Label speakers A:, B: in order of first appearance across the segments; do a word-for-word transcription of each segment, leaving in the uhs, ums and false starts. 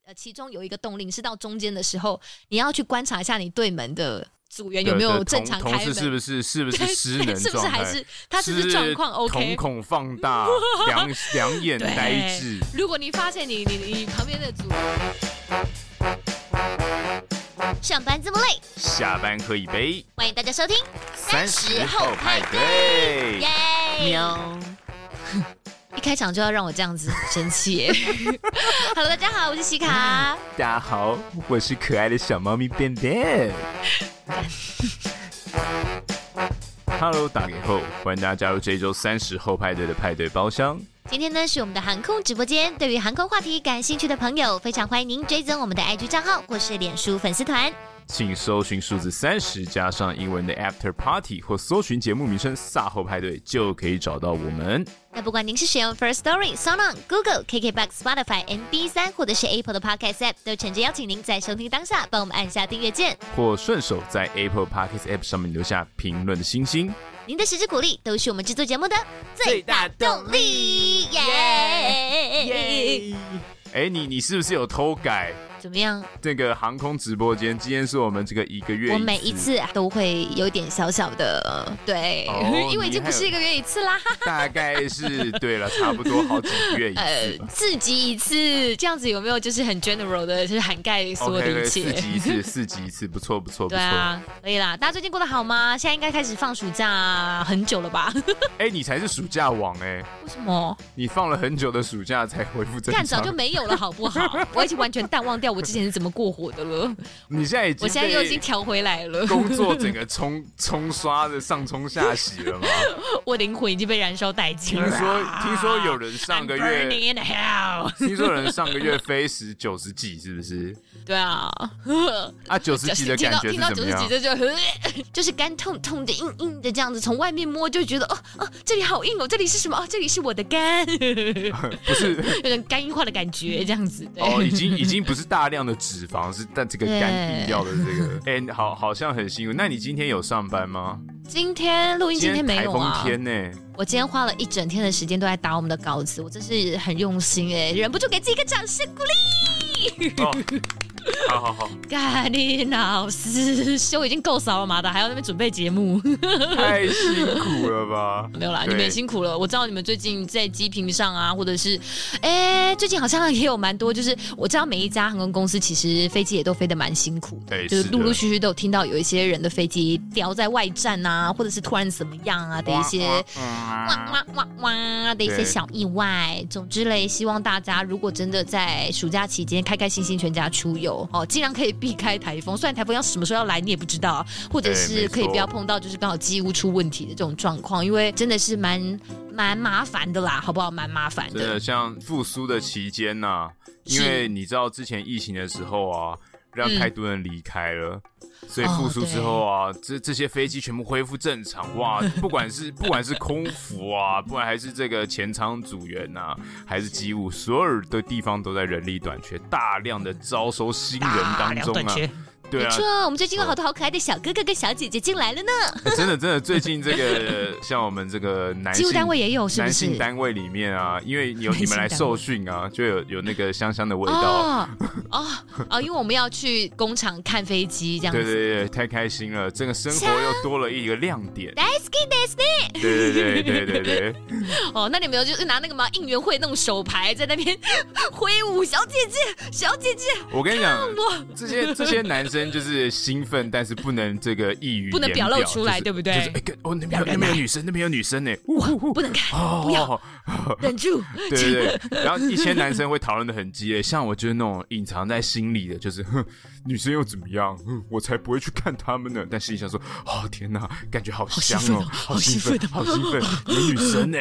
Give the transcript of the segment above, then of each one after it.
A: 呃，其中有一个动力是到中间的时候，你要去观察一下你对门的组员有没有正常开门，
B: 同事是不是是不是失能状态，
A: 是不是还是他是不是状况 OK，
B: 瞳孔放大，两两眼呆滞。
A: 如果你发现你你你旁边的组员上班这么累，
B: 下班喝一杯，
A: 欢迎大家收听
B: 三十后派对，
A: 耶！
B: 喵。
A: 一开场就要让我这样子生气耶！Hello， 大家好，我是西卡。
B: 大家好，我是可爱的小猫咪便便。Hello， 打给后，欢迎大家加入这一周三十后派对的派对包厢。
A: 今天呢是我们的航空直播间，对于航空话题感兴趣的朋友，非常欢迎您追踪我们的 I G 账号或是脸书粉丝团。
B: 请搜寻数字三十加上英文的 After Party， 或搜寻节目名称萨后派对，就可以找到我们。
A: 那不管您是使用 First Story、SoundOn、Google、K K B O X、Spotify、M B 三 或者是 Apple 的 Podcast App， 都诚挚邀请您在收听当下帮我们按下订阅键，
B: 或顺手在 Apple Podcast App 上面留下评论的星星。
A: 您的实质鼓励都是我们制作节目的最大动力，耶！
B: 耶！哎，你你是不是有偷改？
A: 怎么样？
B: 这个航空直播间今天是我们这个一个月一次，
A: 我每一次都会有一点小小的对、哦，因为已经不是一个月一次啦。
B: 大概是对了，差不多好几个月一次、呃，
A: 四集一次，这样子有没有就是很 general 的，就是涵盖所有的一切？
B: Okay, 四集一次，四集一次，不错不错不错。对
A: 啊，可以啦。大家最近过得好吗？现在应该开始放暑假很久了吧？
B: 哎、欸，你才是暑假王哎、欸！
A: 为什么？你
B: 放了很久的暑假才恢复正常，
A: 看早就没有了好不好？我已经完全淡忘掉我之前是怎么过活的了。
B: 你现在已经，
A: 我现在又已经调回来了。
B: 工作整个冲冲刷的上冲下洗了吗？
A: 我灵魂已经被燃烧殆尽了。
B: 听说听说有人上个月，
A: burning in hell
B: 听说有人上个月飞时九十几，是不是？
A: 对啊。
B: 啊，九十几的感觉是怎么样？
A: 听到九十几这就就是干痛痛的、硬硬的这样子，从外面摸就觉得哦哦，这里好硬哦，这里是什么？哦，这里是我的肝，
B: 不是
A: 有点肝硬化的感觉，这样子。
B: 哦，已经已经不是大量的脂肪，是但这个肝硬掉的这个，哎、欸，好好像很辛苦。那你今天有上班吗？
A: 今天录音今天没有啊。
B: 台风天呢、欸，
A: 我今天花了一整天的时间都在打我们的稿子，我真是很用心哎、欸，忍不住给自己一个掌声鼓励。
B: 哦好好好，
A: 咖喱老师修已经够少了嘛的，还要那边准备节目，
B: 太辛苦了吧？
A: 没有啦，你们也辛苦了。我知道你们最近在机坪上啊，或者是，哎，最近好像也有蛮多，就是我知道每一家航空公司其实飞机也都飞得蛮辛苦，
B: 对，
A: 就是陆陆续续都有听到有一些人的飞机掉在外站啊，或者是突然怎么样啊的一些哇哇哇哇的一些小意外。总之嘞，希望大家如果真的在暑假期间开开心心全家出游。哦，尽量可以避开台风，虽然台风要什么时候要来你也不知道，或者是可以不要碰到就是刚好机屋出问题的这种状况，因为真的是蛮蛮麻烦的啦，好不好？蛮麻烦的。
B: 真的，像复苏的期间呐、啊，因为你知道之前疫情的时候啊，让太多人离开了。嗯，所以复苏之后啊，哦、这这些飞机全部恢复正常哇！不管是不管是空服啊，不管还是这个前舱组员呐、啊，还是机务，所有的地方都在人力短缺，大量的招收新人当中啊。对啊，
A: 没错，我们最近有好多好可爱的小哥哥跟小姐姐进来了呢。
B: 欸、真的真的，最近这个像我们这个男性
A: 机务单位也有，是不是？
B: 男性单位里面啊，因为有你们来受训啊，就有有那个香香的味道。哦
A: 哦哦，因为我们要去工厂看飞机，这样子。
B: 对对对，太开心了，这个生活又多了一个亮点。
A: 大好きですね。
B: 对对对对对对。
A: 哦，那你们有就是拿那个吗？应援会那种手牌在那边挥舞，小姐姐，小姐姐。
B: 我跟你讲，这些这些男生。就是兴奋，但是不能这个溢于言表，
A: 不能表露出来，就是、对不对？
B: 就是哎，哦，那边有那边有女生，那边有女生呢，
A: 不能看，哦、不要，哦、忍住。
B: 对对对，然后一些男生会讨论的很激烈，像我就是那种隐藏在心里的，就是哼，女生又怎么样？哼，我才不会去看他们呢。但心里想说，哦天哪，感觉好香哦，好兴奋，好兴奋，有女生呢。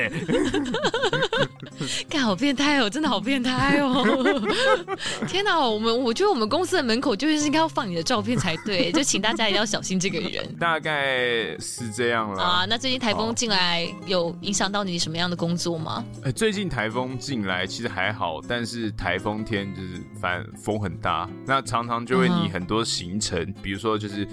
A: 看好变态哦，真的好变态哦！天哪，我们我觉得我们公司的门口就是应该要放你的照片才对，就请大家一定要小心这个人。
B: 大概是这样了
A: 啊。那最近台风进来有影响到你什么样的工作吗？
B: 欸、最近台风进来其实还好，但是台风天就是反正风很大，那常常就会拟很多行程，嗯、比如说就是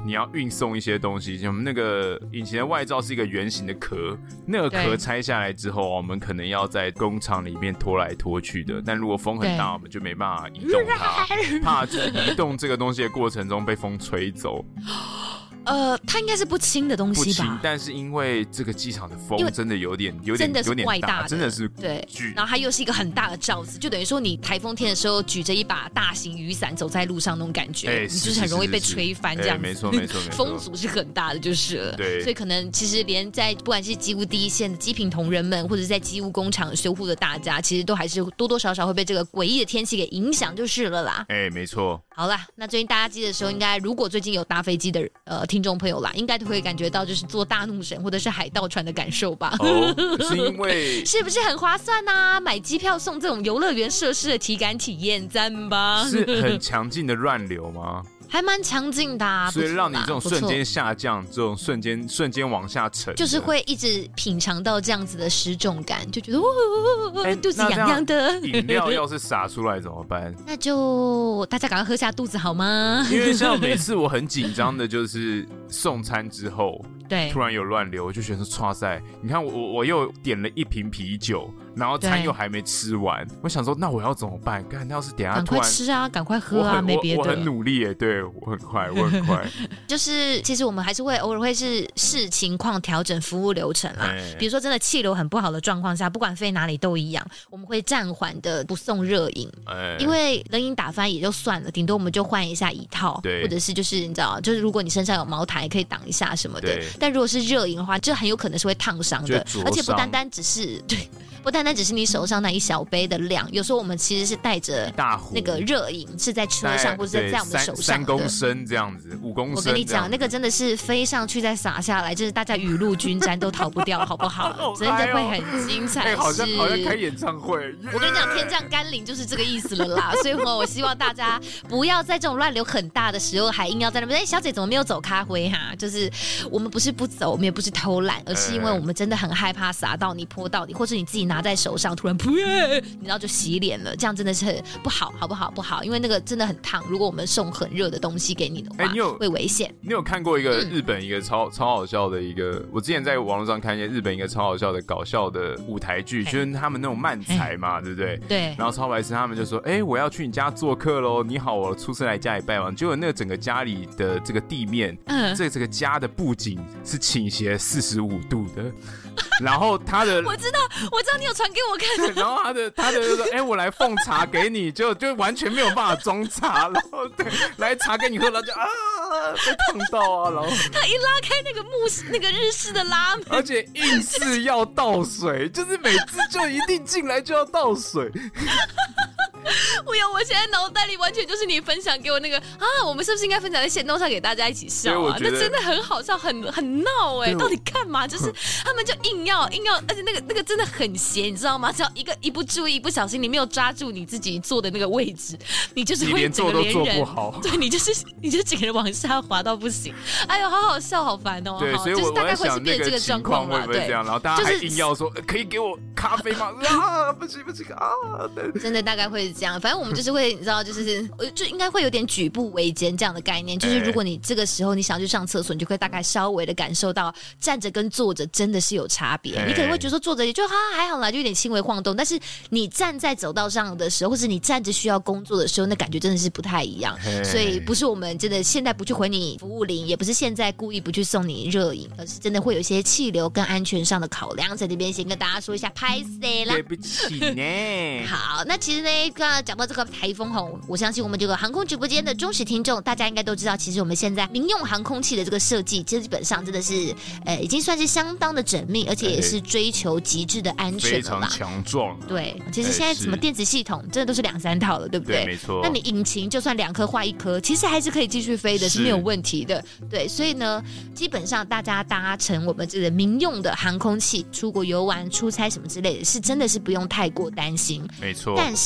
B: 你要运送一些东西，我们那个引擎的外罩是一个圆形的壳，那个壳拆下来之后，我们可能要在工厂里面拖来拖去的。但如果风很大，我们就没办法移动它，怕就是移动这个东西的过程中被风吹走。
A: 呃，它应该是不轻的东西吧？
B: 不轻，但是因为这个机场的风真的有点有点
A: 真的是怪大的，
B: 真的是
A: 对。然后它又是一个很大的罩子，就等于说你台风天的时候举着一把大型雨伞走在路上那种感觉，
B: 欸、
A: 你就是很容易被吹翻这样子。
B: 欸、没错没错没错，
A: 风阻是很大的，就是了。
B: 对，
A: 所以可能其实连在不管是机务第一线的机坪同仁们，或者是在机务工厂修护的大家，其实都还是多多少少会被这个诡异的天气给影响，就是了啦。
B: 哎、欸，没错。
A: 好啦，那最近搭机的时候，应该如果最近有搭飞机的呃听众朋友啦，应该都会感觉到就是坐大怒神或者是海盗船的感受吧？
B: 哦，是因为
A: 是不是很划算啊？买机票送这种游乐园设施的体感体验，赞吧？
B: 是很强劲的乱流吗？
A: 还蛮强劲的、啊，
B: 所以让你这种瞬间下降，这种瞬间瞬间往下沉，
A: 就是会一直品尝到这样子的失重感，就觉得、哦欸、肚子痒痒的。
B: 饮料要是洒出来怎么办？
A: 那就大家赶快喝下肚子好吗？
B: 因为像每次我很紧张的，就是送餐之后，
A: 对，
B: 突然有乱流，我就觉得说哇塞，你看我我又点了一瓶啤酒。然后餐又还没吃完，我想说，那我要怎么办？干，要是等一下突然
A: 赶快吃啊，赶快喝啊，没别的。
B: 我很努力耶，对我很快，我很快。
A: 就是其实我们还是会偶尔会是视情况调整服务流程啦。欸、比如说真的气流很不好的状况下，不管飞哪里都一样，我们会暂缓的不送热饮，欸、因为冷饮打翻也就算了，顶多我们就换一下椅套，或者是就是你知道，就是如果你身上有毛毯，可以挡一下什么的。但如果是热饮的话，这很有可能是会烫伤的，而且不单单只是对。不单单只是你手上那一小杯的量，有时候我们其实是带着那个热饮是在车上或者在我们手上的
B: 三公升这样子，五公升。
A: 我跟你讲，那个真的是飞上去再洒下来，就是大家雨露均沾都逃不掉，好不好？真的会很精彩。
B: 欸、好像好像开演唱会。
A: 我跟你讲，天降甘霖就是这个意思了啦。所以我希望大家不要在这种乱流很大的时候，还硬要在那边。哎、欸，小姐怎么没有走咖啡哈？就是我们不是不走，我们也不是偷懒，而是因为我们真的很害怕洒到你、泼到你，或是你自己拿在手上突然。你知道就洗脸了，这样真的是很不好，好不好？不好，因为那个真的很烫。如果我们送很热的东西给你的话，欸、你有会危险。
B: 你有看过一个日本一个超、嗯、超好笑的一个？我之前在网络上看见日本一个超好笑的搞笑的舞台剧，就是他们那种漫才嘛，对不对？
A: 对。
B: 然后超白痴他们就说：“哎、欸，我要去你家做客喽！你好，我初次来家里拜访。”结果那个整个家里的这个地面，嗯，这这个家的布景是倾斜四十五度的。然后他的
A: 我知道，我知道你有传给我看。
B: 然后他的他的就说：“哎、欸，我来奉茶给你。”就就完全没有办法装茶，然后对，来茶给你喝，然后就啊被烫到啊，然后
A: 他一拉开那个木那个日式的拉面，
B: 而且硬是要倒水，就是每次就一定进来就要倒水。
A: 我有，我现在脑袋里完全就是你分享给我那个啊，我们是不是应该分享在限动上给大家一起笑啊？那真的很好笑，很很闹哎、欸，到底干嘛？就是他们就硬要硬要，而且那个那个真的很斜，你知道吗？只要一个一不注意、一不小心，你没有抓住你自己坐的那个位置，你就是会整个连人，
B: 你连做都做不好，
A: 对你就是你就是整个人往下滑到不行。哎呦，好好笑，好烦哦。
B: 对，所以我
A: 就是大概会是变成这个状况
B: 嘛，会不会这样？然后大家还硬要说、就是、可以给我咖啡吗？啊，不行不行啊！
A: 真的大概会是这样，反正我们就是会，你知道，就是就应该会有点举步维艰这样的概念。就是如果你这个时候你想去上厕所，你就会大概稍微的感受到站着跟坐着真的是有差别。你可能会觉得说坐着也就哈还好啦，就有点轻微晃动，但是你站在走道上的时候，或是你站着需要工作的时候，那感觉真的是不太一样。所以不是我们真的现在不去回你服务铃，也不是现在故意不去送你热饮，而是真的会有一些气流跟安全上的考量，在这边先跟大家说一下，拍谁啦？
B: 对不起呢。
A: 好，那其实呢，刚刚讲到这个台风吼，我相信我们这个航空直播间的忠实听众，大家应该都知道，其实我们现在民用航空器的这个设计，基本上真的是呃，已经算是相当的缜密，而且也是追求极致的安全了啦，
B: 非常强壮。
A: 对，其实现在什么电子系统，真的都是两三套了，对不对？
B: 对，没错。
A: 那你引擎就算两颗坏一颗，其实还是可以继续飞的，是没有问题的。对，所以呢，基本上大家搭乘我们这个民用的航空器出国游玩、出差什么之类的，是真的是不用太过担心。
B: 没错。
A: 但是，但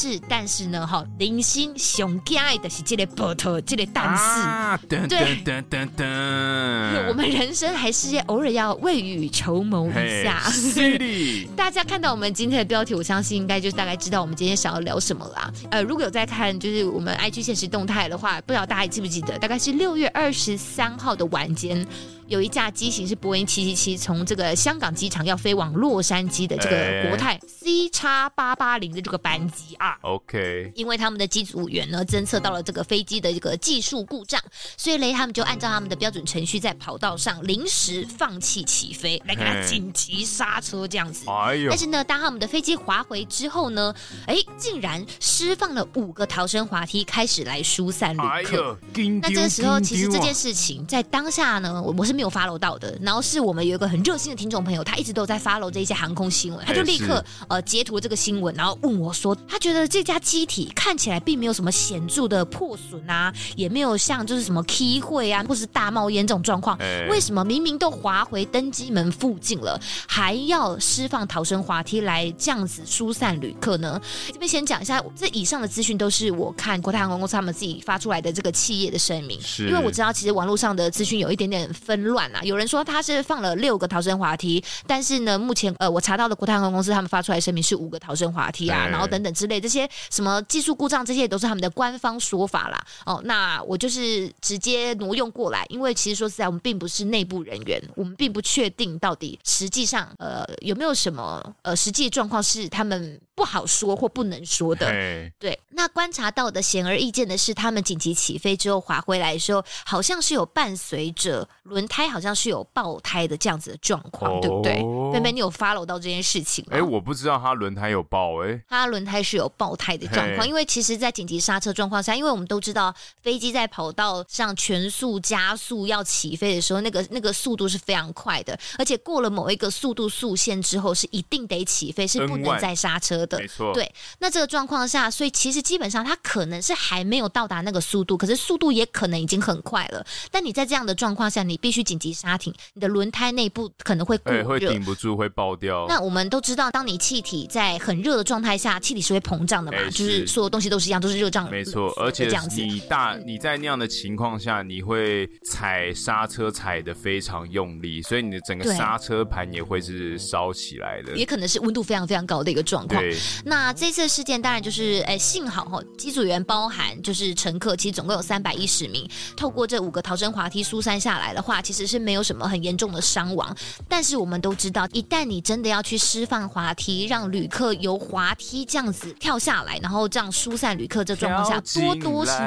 A: 但是呢，哈，零星上惊的就是这个波特，这个但是，
B: 啊、噔噔噔噔噔，
A: 我们人生还是偶尔要未雨绸缪一下。
B: Hey,
A: 大家看到我们今天的标题，我相信应该就大概知道我们今天想要聊什么啦。呃，如果有在看就是我们 I G 现实动态的话，不知道大家还记不记得，大概是六月二十三号的晚间。有一架机型是波音七七七，从这个香港机场要飞往洛杉矶的这个国泰 C X 八八零的这个班机啊。
B: OK，
A: 因为他们的机组员呢侦测到了这个飞机的这个技术故障，所以嘞他们就按照他们的标准程序在跑道上临时放弃起飞，来给它紧急刹车这样子。
B: 哎呦！
A: 但是呢，当他们的飞机滑回之后呢，哎，竟然释放了五个逃生滑梯，开始来疏散旅客。
B: 哎呦！
A: 那这个时候，其实这件事情在当下呢，我我是没有 follow 到的。然后是我们有一个很热心的听众朋友，他一直都有在 follow 这一些航空新闻，他就立刻呃截图这个新闻，然后问我说，他觉得这架机体看起来并没有什么显著的破损啊，也没有像就是什么 key 会啊，或是大冒烟这种状况，为什么明明都滑回登机门附近了，还要释放逃生滑梯来这样子疏散旅客呢？这边先讲一下，这以上的资讯都是我看国泰航空公司他们自己发出来的这个企业的声明，因为我知道其实网络上的资讯有一点点纷乱啊，有人说他是放了六个逃生滑梯，但是呢，目前呃我查到的国泰航空公司他们发出来的声明是五个逃生滑梯啊，然后等等之类这些什么技术故障，这些都是他们的官方说法啦。哦，那我就是直接挪用过来，因为其实说实在，我们并不是内部人员，我们并不确定到底实际上呃有没有什么呃实际状况是他们不好说或不能说的。对，那观察到的显而易见的是，他们紧急起飞之后滑回来的时候，好像是有伴随着轮胎好像是有爆胎的这样子的状况，哦、对不对？妹妹，你有 follow 到这件事情吗？
B: 哎，我不知道他轮胎有爆哎、欸，
A: 他轮胎是有爆胎的状况，因为其实，在紧急刹车状况下，因为我们都知道飞机在跑道上全速加速要起飞的时候，那个那个速度是非常快的，而且过了某一个速度速限之后，是一定得起飞，是不能再刹车的。
B: 没错，
A: 对。那这个状况下，所以其实基本上它可能是还没有到达那个速度，可是速度也可能已经很快了。但你在这样的状况下，你必须紧急刹停，你的轮胎内部可能会过热，
B: 会顶不住，会爆掉。
A: 那我们都知道，当你气体在很热的状态下，气体是会膨胀的嘛，就是所有东西都是一样，都是热胀冷缩。
B: 没错，而且你大你在那样的情况下，你会踩刹车踩得非常用力，所以你的整个刹车盘也会是烧起来的，
A: 也可能是温度非常非常高的一个状况。那这次事件当然就是，哎，幸好哈，机组员包含就是乘客，其实总共有三百一十名，透过这五个逃生滑梯疏散下来的话，其实是没有什么很严重的伤亡。但是我们都知道，一旦你真的要去释放滑梯，让旅客由滑梯这样子跳下来，然后这样疏散旅客，这状况下多多少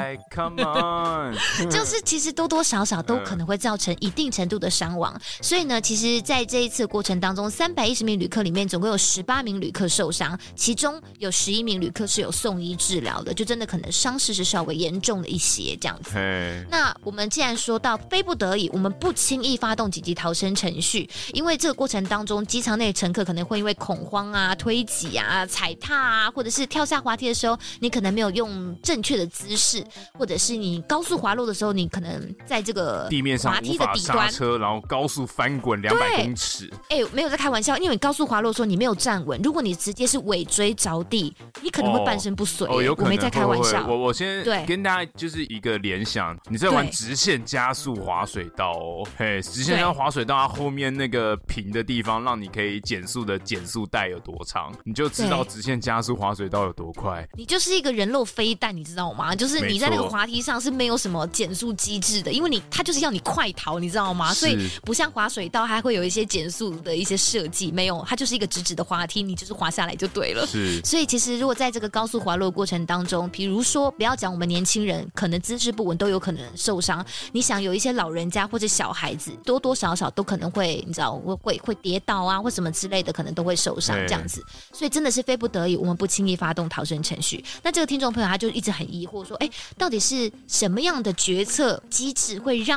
A: 就是其实多多少少都可能会造成一定程度的伤亡。所以呢，其实在这一次过程当中，三百一十名旅客里面，总共有十八名旅客受伤，其中有十一名旅客是有送医治疗的，就真的可能伤势是稍微严重的一些这样子。那我们既然说到非不得已，我们不轻易发动紧急逃生程序，因为这个过程当中，机舱内的乘客可能会因为恐慌啊、推挤啊、踩踏啊，或者是跳下滑梯的时候，你可能没有用正确的姿势，或者是你高速滑落的时候，你可能在这个
B: 地面上
A: 滑梯的底端
B: 刹车，然后高速翻滚两百公尺。
A: 哎，没有在开玩笑，因为你高速滑落的时候你没有站稳，如果你直接是尾椎着地，你可能会半身不遂。
B: 哦，哦有可能，
A: 我没在开玩笑。
B: 我我先跟大家就是一个联想，你在玩直线加速滑水道哦，嘿，直线加速滑水道，它后面那个平的地方，让你可以减速的减速带有多长，你就知道直线加速滑水道有多快。
A: 你就是一个人肉飞弹，你知道吗？就是你在那个滑梯上是没有什么减速机制的，因为你它就是要你快逃，你知道吗？所以不像滑水道，它会有一些减速的一些设计，没有，它就是一个直直的滑梯，你就是滑下来就对了。
B: 是，
A: 所以其实如果在这个高速滑落的过程当中，比如说不要讲我们年轻人，可能姿势不稳都有可能受伤。你想有一些老人家或者小孩子，多多少少都可能会，你知道会会跌倒啊，或什么之类的，可能都会受伤这样子。所以真的是非不得已，我们不轻易发动逃生程序。那这个听众朋友他就一直很疑惑说，哎，到底是什么样的决策机制会让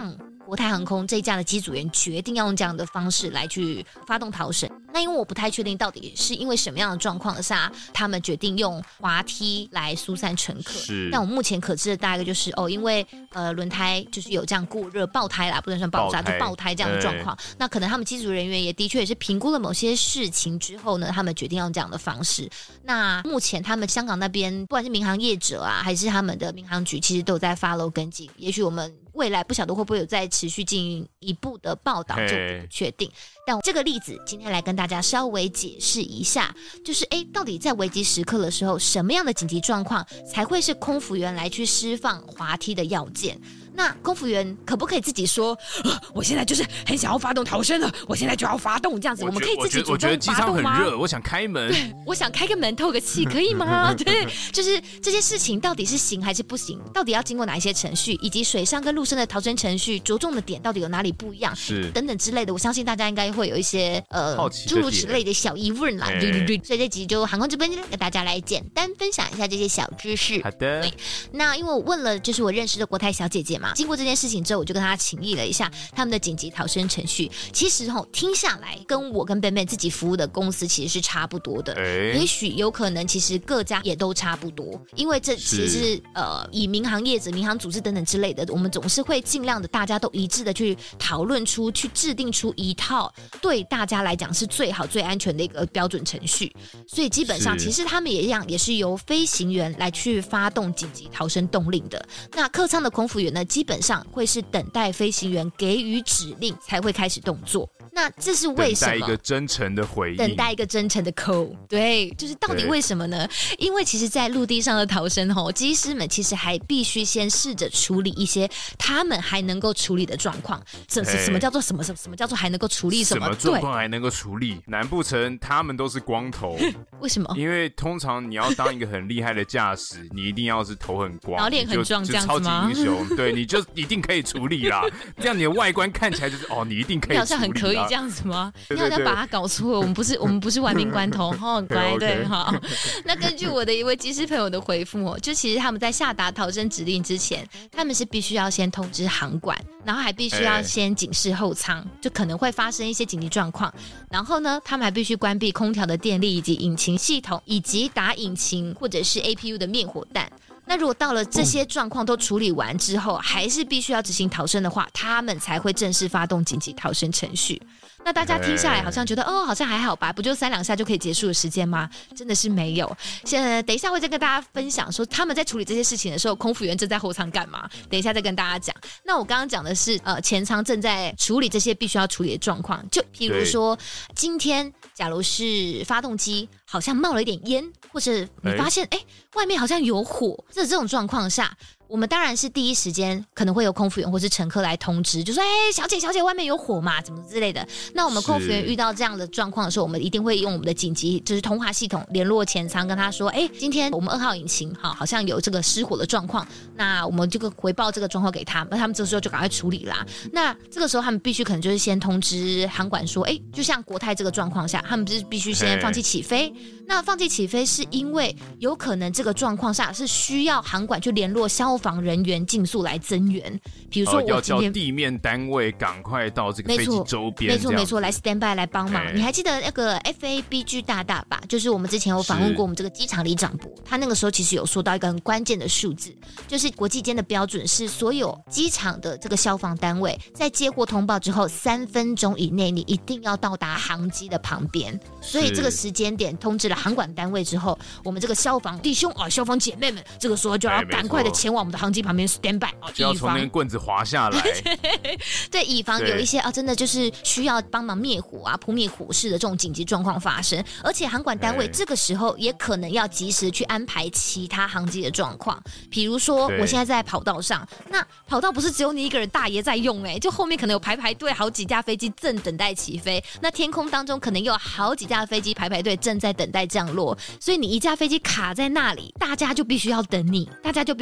A: 国泰航空这一架的机组员决定要用这样的方式来去发动逃生。那因为我不太确定到底是因为什么样的状况下他们决定用滑梯来疏散乘客，但我目前可知的大概就是哦，因为呃轮胎就是有这样过热爆胎啦，不能算爆炸，就爆胎这样的状况。那可能他们机组人员也的确也是评估了某些事情之后呢，他们决定用这样的方式。那目前他们香港那边不管是民航业者啊，还是他们的民航局，其实都有在 follow 跟进。也许我们未来不晓得会不会有再持续进一步的报道，就不确定。但这个例子今天来跟大家稍微解释一下，就是哎，到底在危急时刻的时候，什么样的紧急状况才会是空服员来去释放滑梯的要件？那空服员可不可以自己说，呃、我现在就是很想要发动逃生了，我现在就要发动这样子？我们可以自己主动发动吗？
B: 我觉得机舱很热，我想开门。
A: 对，我想开个门透个气，可以吗？对，就是这些事情到底是行还是不行？到底要经过哪一些程序，以及水上跟陆生的逃生程序着重的点到底有哪里不一样？
B: 是等
A: 等之类的，我相信大家应该会有一些呃诸如此类的小疑问啦。对对对，所以这集就航空直播间给大家来简单分享一下这些小知识。
B: 好的。
A: 对，那因为我问了就是我认识的国泰小姐姐嘛，经过这件事情之后，我就跟她请益了一下他们的紧急逃生程序。其实吼、哦、听下来，跟我跟 Ben Ben 自己服务的公司其实是差不多的。欸、也许有可能，其实各家也都差不多，因为这其实是呃以民航业者、民航组织等等之类的，我们总是会尽量的大家都一致的去讨论出、去制定出一套对大家来讲是最好、最安全的一个标准程序。所以基本上，其实他们也一样，也是由飞行员来去发动紧急逃生动令的。那客舱的空服员呢，基本上会是等待飞行员给予指令才会开始动作。那这是为什么？
B: 等待一个真诚的回应，
A: 等待一个真诚的 call。对，就是到底为什么呢？因为其实在陆地上的逃生吼，机师们其实还必须先试着处理一些他们还能够处理的状况。这是什么叫做什么什么什么叫做还能够处理什么？
B: 什么状况还能够处理？难不成他们都是光头？
A: 为什么？
B: 因为通常你要当一个很厉害的驾驶，你一定要是头很光，
A: 然后脸很壮，这样子吗？
B: 超级英雄，对，你就一定可以处理啦。这样你的外观看起来就是哦，你一定可以处理啦。
A: 你好像很可以这样子吗？你好像把它搞错了，我们不是我们不是玩命关头，哈，很乖，对，好。那根据我的一位机师朋友的回复哦，就其实他们在下达逃生指令之前，他们是必须要先通知航管，然后还必须要先警示后舱，就可能会发生一些紧急状况。然后呢，他们还必须关闭空调的电力以及引擎系统，以及打引擎或者是 A P U 的灭火弹。那如果到了这些状况都处理完之后，还是必须要执行逃生的话，他们才会正式发动紧急逃生程序。那大家听下来好像觉得哦，好像还好吧，不就三两下就可以结束的时间吗？真的是没有。现在等一下会再跟大家分享说他们在处理这些事情的时候，空服员正在后舱干嘛？等一下再跟大家讲。那我刚刚讲的是呃前舱正在处理这些必须要处理的状况，就譬如说今天假如是发动机好像冒了一点烟，或者你发现哎外面好像有火，这这种状况下，我们当然是第一时间可能会有空服员或是乘客来通知，就说哎、欸，小姐小姐外面有火嘛，怎么之类的。那我们空服员遇到这样的状况的时候，我们一定会用我们的紧急就是通话系统联络前舱，跟他说哎、欸，今天我们二号引擎好好像有这个失火的状况，那我们这个回报这个状况给他们，那他们这时候就赶快处理啦。那这个时候他们必须可能就是先通知航管说哎、欸，就像国泰这个状况下，他们是必须先放弃起飞。那放弃起飞是因为有可能这个状况下是需要航管去联络消防人员尽速来增援，比如说我今天、
B: 哦、要叫地面单位赶快到这个飞机周边，
A: 没错没错，来 stand by 来帮忙。你还记得那个 F A B G 大大吧？就是我们之前有访问过我们这个机场里长伯，他那个时候其实有说到一个很关键的数字，就是国际间的标准是所有机场的这个消防单位在接获通报之后三分钟以内，你一定要到达航机的旁边。所以这个时间点通知了航管单位之后，我们这个消防弟兄啊、消防姐妹们，这个时候就要赶快的前往我们的航机旁边 stand by，
B: 就要从那根棍子滑下来。
A: 对，以防有一些啊，真的就是需要帮忙灭火啊、扑灭火势的这种紧急状况发生。而且航管单位这个时候也可能要及时去安排其他航机的状况，比如说我现在在跑道上，那跑道不是只有你一个人大爷在用哎、欸，就后面可能有排排队好几架飞机正等待起飞，那天空当中可能又有好几架飞机排排队正在等待降落，所以你一架飞机卡在那里，大家就必须要等你，大家就必须要用比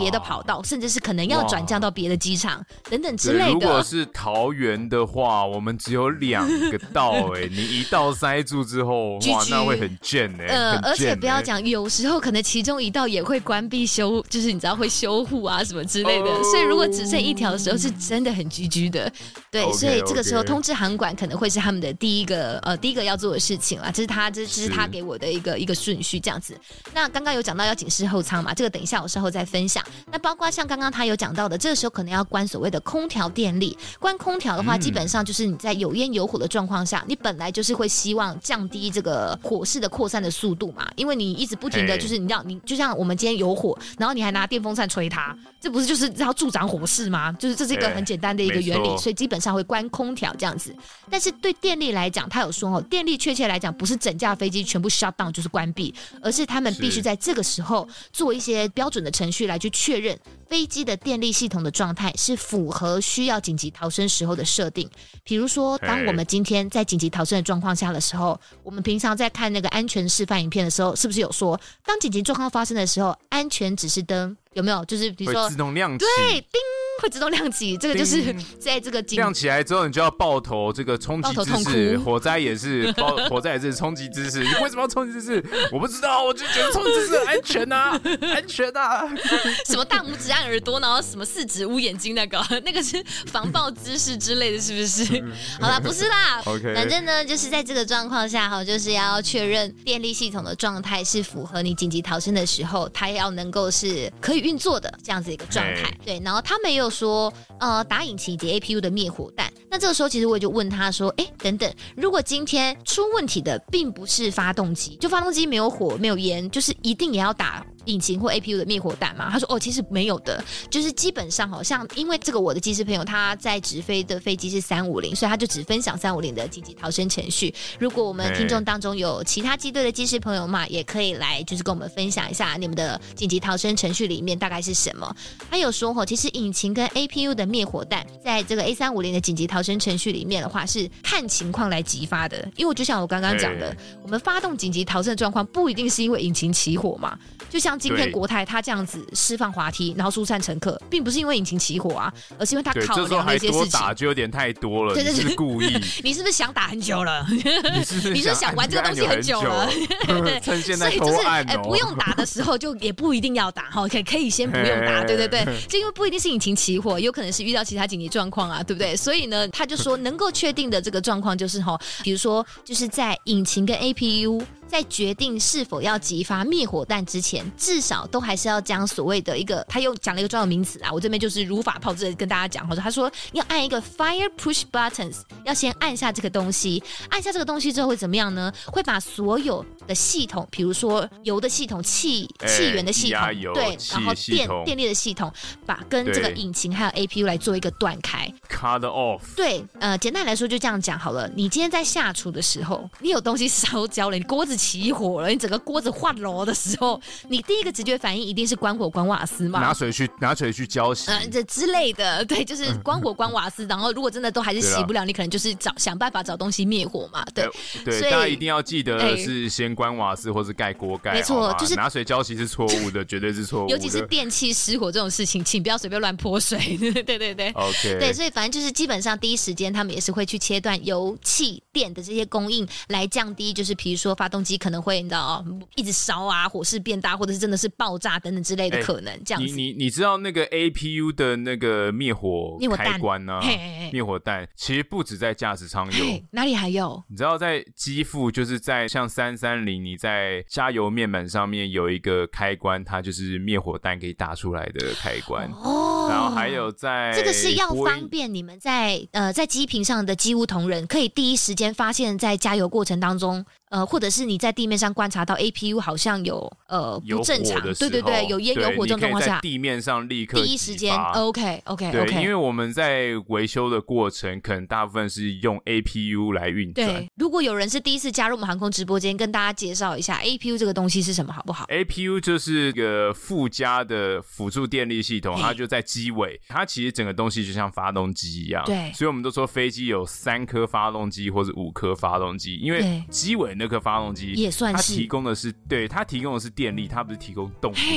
A: 别的跑道，甚至是可能要转降到别的机场等等之类的。
B: 如果是桃园的话，我们只有两个道哎、欸，你一道塞住之后，哇，那会很贱哎、欸。呃，
A: 而且不要讲，有时候可能其中一道也会关闭修，就是你知道会修护啊什么之类的。Oh. 所以如果只剩一条的时候，是真的很居居的。对， okay, 所以这个时候通知航管可能会是他们的第一个呃第一个要做的事情啦。这是他这这是他给我的一个一个顺序这样子。那刚刚有讲到要警示后舱嘛，这个等一下我稍后再分享。那包括像刚刚他有讲到的，这个时候可能要关所谓的空调电力。关空调的话，基本上就是你在有烟有火的状况下，你本来就是会希望降低这个火势的扩散的速度嘛，因为你一直不停的就是你知道你就像我们今天有火，然后你还拿电风扇吹它，这不是就是要助长火势吗？就是这是一个很简单的一个原理，所以基本上会关空调这样子。但是对电力来讲，他有说哦，电力确切来讲不是整架飞机全部 shut down 就是关闭，而是他们必须在这个时候做一些标准的程序来去确认飞机的电力系统的状态是符合需要紧急逃生时候的设定。比如说，当我们今天在紧急逃生的状况下的时候，我们平常在看那个安全示范影片的时候，是不是有说，当紧急状况发生的时候，安全指示灯有没有？就是比如说
B: 会自动亮起，
A: 对，叮。会自动亮起，这个就是在这个
B: 亮起来之后，你就要抱头这个冲击姿势。火灾也是，火灾也是冲击姿势。你为什么要冲击姿势？我不知道，我就觉得冲击姿势安全啊，安全啊。
A: 什么大拇指按耳朵，然后什么四指捂眼睛那个，那个是防爆姿势之类的，是不是？好啦，不是啦。
B: OK，
A: 反正呢，就是在这个状况下，哈，就是要确认电力系统的状态是符合你紧急逃生的时候，它要能够是可以运作的这样子一个状态。对，然后他们也有说，呃，打引擎以及 A P U 的灭火弹。那这个时候，其实我也就问他说，哎，等等，如果今天出问题的并不是发动机，就发动机没有火、没有烟，就是一定也要打引擎或 A P U 的灭火弹吗？他说，哦，其实没有的，就是基本上好像因为这个我的机师朋友他在直飞的飞机是三五零，所以他就只分享三五零的紧急逃生程序。如果我们听众当中有其他机队的机师朋友嘛，也可以来就是跟我们分享一下你们的紧急逃生程序里面大概是什么。他有说其实引擎跟 A P U 的灭火弹在这个 A 三五零的紧急逃生程序里面的话是看情况来激发的，因为我就像我刚刚讲的，我们发动紧急逃生的状况不一定是因为引擎起火嘛，就像今天国泰他这样子释放滑梯然后疏散乘客，并不是因为引擎起火啊，而是因为他考量了一些事情。这时候还多打
B: 就有点太多了，
A: 对对对，
B: 你是故意
A: 你是不是想打很久了？
B: 你是不是
A: 你是想玩这个东西很久了？
B: 对，趁现在偷按哦。
A: 所以就是、欸、不用打的时候就也不一定要打哈，可以可以先不用打，对对对，就因为不一定是引擎起火，有可能是遇到其他紧急状况啊，对不对？所以呢，他就说能够确定的这个状况就是哈，比如说就是在引擎跟 A P U。在决定是否要激发灭火弹之前，至少都还是要将所谓的一个，他又讲了一个专有名词啊，我这边就是如法炮制跟大家讲，或者他说要按一个 fire push buttons， 要先按下这个东西，按下这个东西之后会怎么样呢？会把所有的系统，比如说油的系统、气气源的系统，
B: 欸、
A: 对，然后电电力的系统，把跟这个引擎还有 A P U 来做一个断开
B: ，cut off。
A: 对，呃，简单来说就这样讲好了。你今天在下厨的时候，你有东西烧焦了，你锅子起火了，你整个锅子化炉的时候，你第一个直觉反应一定是关火关瓦斯嘛？
B: 拿水去拿水去浇洗，
A: 呃，这之类的，对，就是关火关瓦斯。然后如果真的都还是洗不了，你可能就是找想办法找东西灭火嘛。对，
B: 对，大家一定要记得是先关瓦斯或是盖锅盖，
A: 没错，就是
B: 拿水浇洗是错误的，绝对是错误的。
A: 尤其是电器失火这种事情，请不要随便乱泼水。对对对
B: ，OK，
A: 对，所以反正就是基本上第一时间他们也是会去切断油气电的这些供应，来降低就是比如说发动机可能会你知道一直烧啊，火势变大，或者是真的是爆炸等等之类的可能，欸、这样子。
B: 你你你知道那个 A P U 的那个灭火开关呢、啊？灭火弹其实不止在驾驶舱有，
A: 哪里还有？
B: 你知道在机腹，就是在像三三零，你在加油面板上面有一个开关，它就是灭火弹可以打出来的开关。哦，然后还有在
A: 这个是要方便你们在呃在机坪上的机务同仁可以第一时间发现，在加油过程当中。呃，或者是你在地面上观察到 A P U 好像有呃不正常，对对对，有烟有火这种状况下，
B: 地面上立刻
A: 第一时间 OK OK
B: 对
A: OK，
B: 因为我们在维修的过程，可能大部分是用 A P U 来运转。
A: 对，如果有人是第一次加入我们航空直播间，跟大家介绍一下 A P U 这个东西是什么，好不好
B: ？A P U 就是个附加的辅助电力系统，它就在机尾，它其实整个东西就像发动机一样。
A: 对，
B: 所以我们都说飞机有三颗发动机或者五颗发动机，因为机尾那颗发动机
A: 也算是
B: 它提供的是对它提供的是电力，它不是提供动力。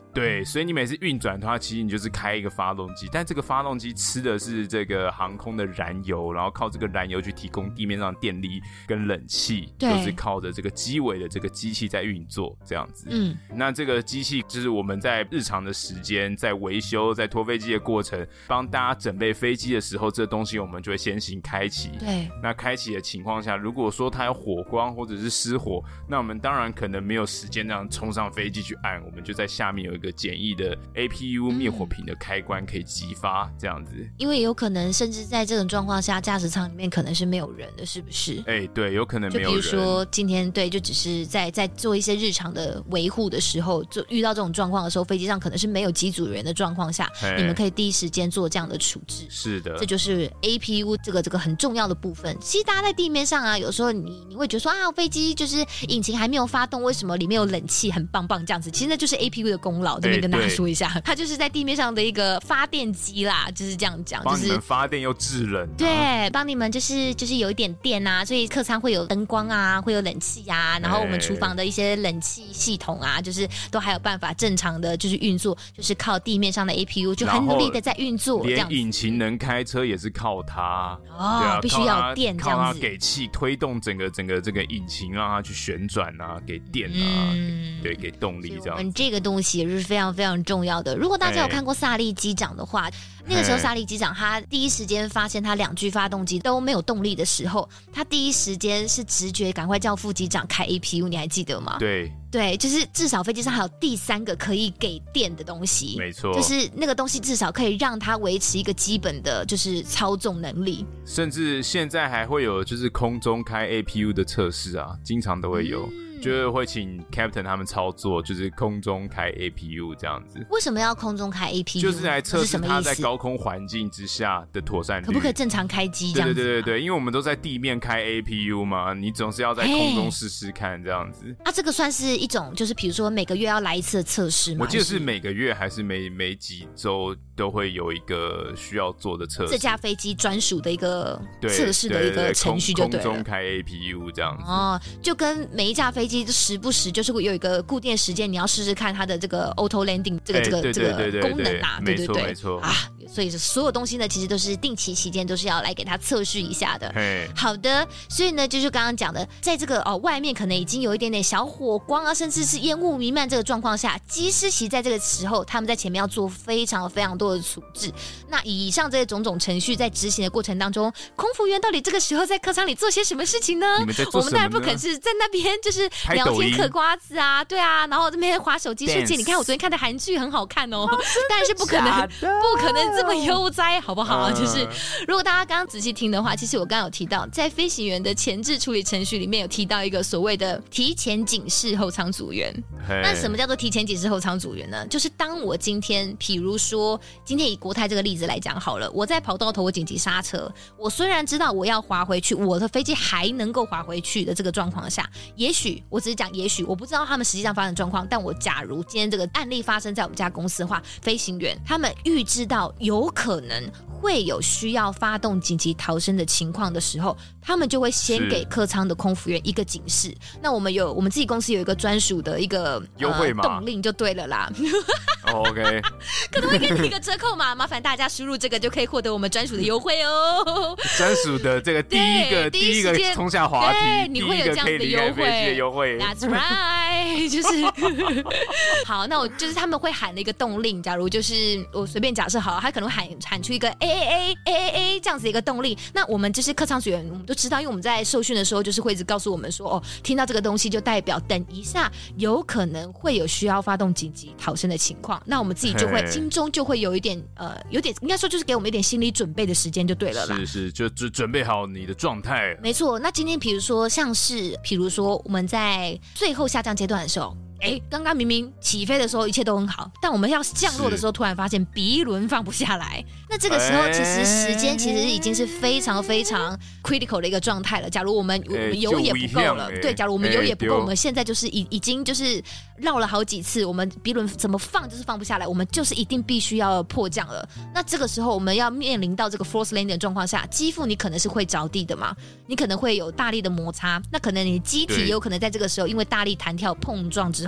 B: 对，所以你每次运转的话，其实你就是开一个发动机，但这个发动机吃的是这个航空的燃油，然后靠这个燃油去提供地面上的电力跟冷气，就是靠着这个机尾的这个机器在运作这样子。嗯，那这个机器就是我们在日常的时间，在维修、在拖飞机的过程，帮大家准备飞机的时候，这东西我们就会先行开启。
A: 对，
B: 那开启的情况下，如果说它有火光或者是失火，那我们当然可能没有时间这样冲上飞机去按，我们就在下面有一个简易的 A P U 灭火瓶的开关可以激发这样子。
A: 因为有可能甚至在这种状况下，驾驶舱里面可能是没有人的，是不是？
B: 哎、欸，对，有可能没有人。
A: 就比如说今天对，就只是在在做一些日常的维护的时候，就遇到这种状况的时候，飞机上可能是没有机组人的状况下，你们可以第一时间做这样的处置。
B: 是的，
A: 这就是 A P U 这个这个很重要的部分。其实大家在地面上啊，有时候你你会觉得说啊，飞机就是引擎还没有发动，为什么里面有冷气很棒棒这样子？其实那就是 A P U 的功劳，这边跟大家说一下，它就是在地面上的一个发电机啦，就是这样讲，
B: 帮你们发电又制冷、啊，
A: 对，帮你们就是就是有一点电啊，所以客舱会有灯光啊，会有冷气啊，然后我们厨房的一些冷气系统啊，就是都还有办法正常的就是运作，就是靠地面上的 A P U 就很努力的在运作，这样
B: 连引擎能开车也是靠它
A: 哦，对啊、必须要有电这样子，
B: 靠它给气推动整个整个这个引擎，让它去旋转啊，给电啊，嗯、对，给动力这样。
A: 我们这个东西也是非常非常重要的。如果大家有看过萨利机长的话，那个时候萨利机长他第一时间发现他两具发动机都没有动力的时候，他第一时间是直觉赶快叫副机长开 A P U， 你还记得吗？
B: 对。
A: 对，就是至少飞机上还有第三个可以给电的东西，
B: 没错，
A: 就是那个东西至少可以让它维持一个基本的就是操纵能力。
B: 甚至现在还会有就是空中开 A P U 的测试啊，经常都会有。嗯，就是会请 Captain 他们操作，就是空中开 A P U 这样子。
A: 为什么要空中开 A P U？
B: 就是来测试它在高空环境之下的妥善率，
A: 可不可以正常开机这样子？
B: 对对对对，因为我们都在地面开 A P U 嘛，你总是要在空中试试看这样子。
A: 啊，这个算是一种，就是比如说每个月要来一次的测试吗？
B: 我记得是每个月还是每每几周都会有一个需要做的测试，
A: 这架飞机专属的一个测试的一个程序就对了。
B: 空中开 A P U 这样子。
A: 哦，就跟每一架飞机时不时就是会有一个固定时间，你要试试看它的这个 auto landing 这个、欸、这个这个功能啊，对对对，
B: 没错
A: 啊，所以所有东西呢，其实都是定期期间都是要来给它测试一下的。好的，所以呢，就是刚刚讲的，在这个哦外面可能已经有一点点小火光啊，甚至是烟雾弥漫这个状况下，机师其实在这个时候，他们在前面要做非常非常多的处置。那以上这些种种程序在执行的过程当中，空服员到底这个时候在客舱里做些什么事情呢？
B: 你们在做什么呢？
A: 我们当然不可能是在那边就是聊天嗑瓜子啊，对啊，然后这边滑手机说姐，你看我昨天看的韩剧很好看哦，但是不可能不可能这么悠哉，好不好、啊？就是如果大家刚刚仔细听的话，其实我刚刚有提到，在飞行员的前置处理程序里面有提到一个所谓的提前警示后舱组员。那什么叫做提前警示后舱组员呢？就是当我今天，比如说今天以国泰这个例子来讲好了，我在跑道头我紧急刹车，我虽然知道我要滑回去，我的飞机还能够滑回去的这个状况下，也许我只是讲也许，我不知道他们实际上发生的状况，但我假如今天这个案例发生在我们家公司的话，飞行员他们预知到有可能会有需要发动紧急逃生的情况的时候，他们就会先给客舱的空服员一个警示。那我们有我们自己公司有一个专属的一个
B: 优惠码、呃、
A: 动令就对了啦。
B: oh, OK，
A: 可能会给你一个折扣码，麻烦大家输入这个就可以获得我们专属的优惠哦。
B: 专属的这个第一个第一个冲下滑梯，
A: 你会有这样子的优惠。
B: 优惠
A: That's right， 就是好。那我就是他们会喊的一个动令，假如就是我随便假设好了，他可能会喊喊出一个 A A A A A A 这样子的一个动令。那我们就是客舱组员，我们都知道，因为我们在受训的时候就是会一直告诉我们说，哦，听到这个东西就代表等一下有可能会有需要发动紧急逃生的情况。那我们自己就会心中就会有一点呃，有点应该说就是给我们一点心理准备的时间就对了啦。
B: 是是，就就准备好你的状态。
A: 没错。那今天比如说像是，比如说我们在最后下降阶段的时候。哎，刚刚明明起飞的时候一切都很好，但我们要降落的时候，突然发现鼻轮放不下来。那这个时候，其实时间其实已经是非常非常 critical 的一个状态了。假如我们我们油也不够了，对，假如我们油也不够，我们现在就是已已经就是绕了好几次，我们鼻轮怎么放就是放不下来，我们就是一定必须要迫降了。那这个时候我们要面临到这个 force landing 的状况下，机腹你可能是会着地的嘛，你可能会有大力的摩擦，那可能你机体也有可能在这个时候因为大力弹跳碰撞之后。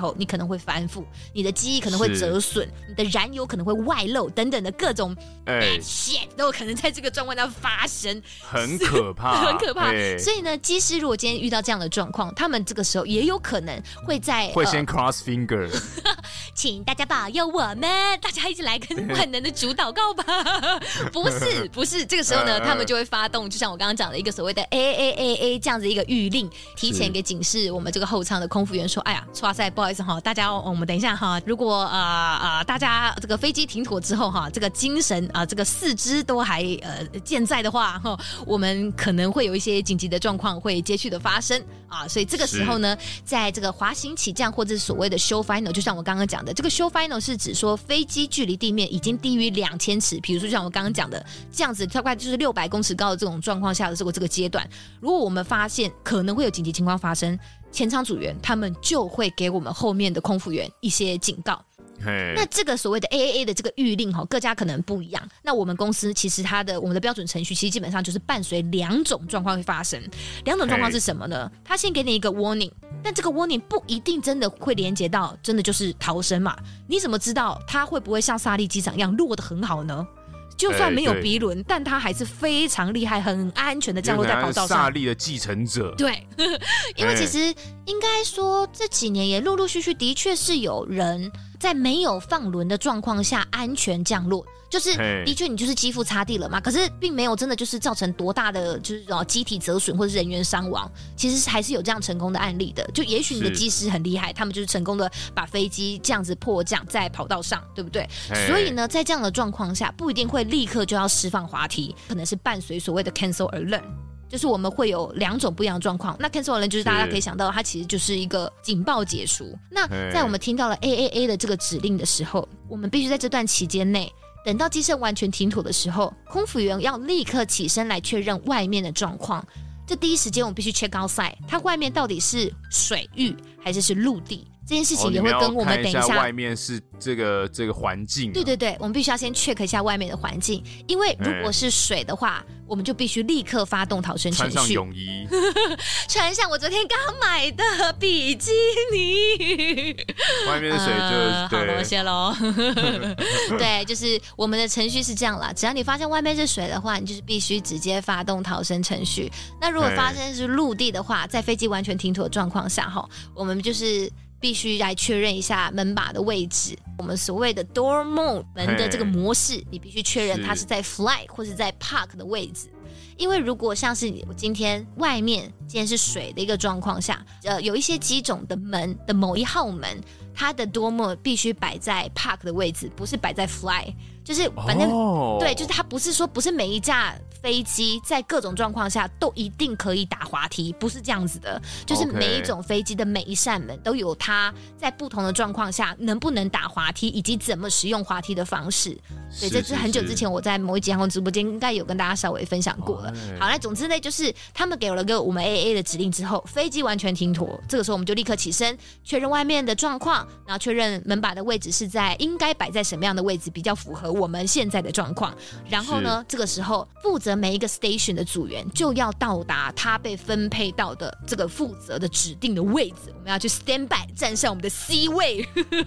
A: 候，你可能会翻覆，你的机翼可能会折损，你的燃油可能会外漏等等的各种 bad shit 都有可能在这个状况下发生，
B: 很可怕，
A: 很可怕。所以呢，机师如果今天遇到这样的状况，他们这个时候也有可能会在
B: 会先 cross finger，
A: 请大家保佑我们，大家一起来跟万能的主祷告吧。不是不是，这个时候呢，他们就会发动，就像我刚刚讲的一个所谓的 A A A A 这样子一个谕令，提前给警示我们这个后舱的空服员说，哎呀，哇塞，不好意思哈，大家我们等一下哈，如果呃呃大家这个飞机停妥之后哈，这个精神啊、呃、这个四肢都还呃健在的话哈，我们可能会有一些紧急的状况会接续的发生啊，所以这个时候呢，在这个滑行起降或者是所谓的 show final， 就像我刚刚讲的，这个 show final 是指说飞机距离地面已经低于两千尺，比如说像我刚刚讲的这样子，大概就是六百公尺高的这种状况下的这个这个阶段，如果我们发现可能会有紧急情况发生，前舱组员他们就会给我们后面的空服员一些警告。那这个所谓的 A A A 的这个谕令各家可能不一样，那我们公司其实它的我们的标准程序其实基本上就是伴随两种状况会发生。两种状况是什么呢？他先给你一个 warning， 但这个 warning 不一定真的会连接到真的就是逃生嘛，你怎么知道他会不会像萨利机长一样落得很好呢？就算没有鼻轮、欸，但他还是非常厉害、很安全的降落在跑道上。
B: 萨利的继承者，
A: 对，因为其实应该说这几年也陆陆续续的确是有人在没有放轮的状况下安全降落，就是的确你就是肌肤擦地了嘛，可是并没有真的就是造成多大的就是机体折损或者人员伤亡，其实还是有这样成功的案例的。就也许你的机师很厉害，他们就是成功的把飞机这样子迫降在跑道上，对不对？所以呢，在这样的状况下，不一定会立刻就要释放滑梯，可能是伴随所谓的 cancel alert。就是我们会有两种不一样的状况，那 cancel alert 就是大家可以想到，它其实就是一个警报解除。那在我们听到了 A A A 的这个指令的时候，我们必须在这段期间内，等到机身完全停妥的时候，空服员要立刻起身来确认外面的状况。这第一时间我们必须 check outside， 它外面到底是水域还是是陆地。这件事情也会跟我们等一下，
B: 哦、一下外面是这个这个环境、啊。
A: 对对对，我们必须要先 check 一下外面的环境，因为如果是水的话，我们就必须立刻发动逃生程序。
B: 穿上泳衣，
A: 穿上我昨天刚买的比基尼。
B: 外面的水就、呃、
A: 好了，谢喽。对，就是我们的程序是这样啦，只要你发现外面是水的话，你就是必须直接发动逃生程序。那如果发生是陆地的话，在飞机完全停妥的状况下，我们就是必须来确认一下门把的位置，我们所谓的 door mode 门的这个模式，你必须确认它是在 fly 或是在 park 的位置。因为如果像是我今天外面今天是水的一个状况下，呃，有一些机种的门的某一号门，它的 door mode 必须摆在 park 的位置，不是摆在 fly。就是反正、oh. 对，就是它不是说不是每一架飞机在各种状况下都一定可以打滑梯，不是这样子的。就是每一种飞机的每一扇门都有它在不同的状况下能不能打滑梯，以及怎么使用滑梯的方式。所以这是很久之前我在某一集航空直播间应该有跟大家稍微分享过了。Oh. 好，那总之呢，就是他们给了个我们 A A A 的指令之后，飞机完全停妥，这个时候我们就立刻起身确认外面的状况，然后确认门把的位置是在应该摆在什么样的位置比较符合我们现在的状况。然后呢，这个时候负责每一个 station 的组员就要到达他被分配到的这个负责的指定的位置，我们要去 stand by 站上我们的 C 位。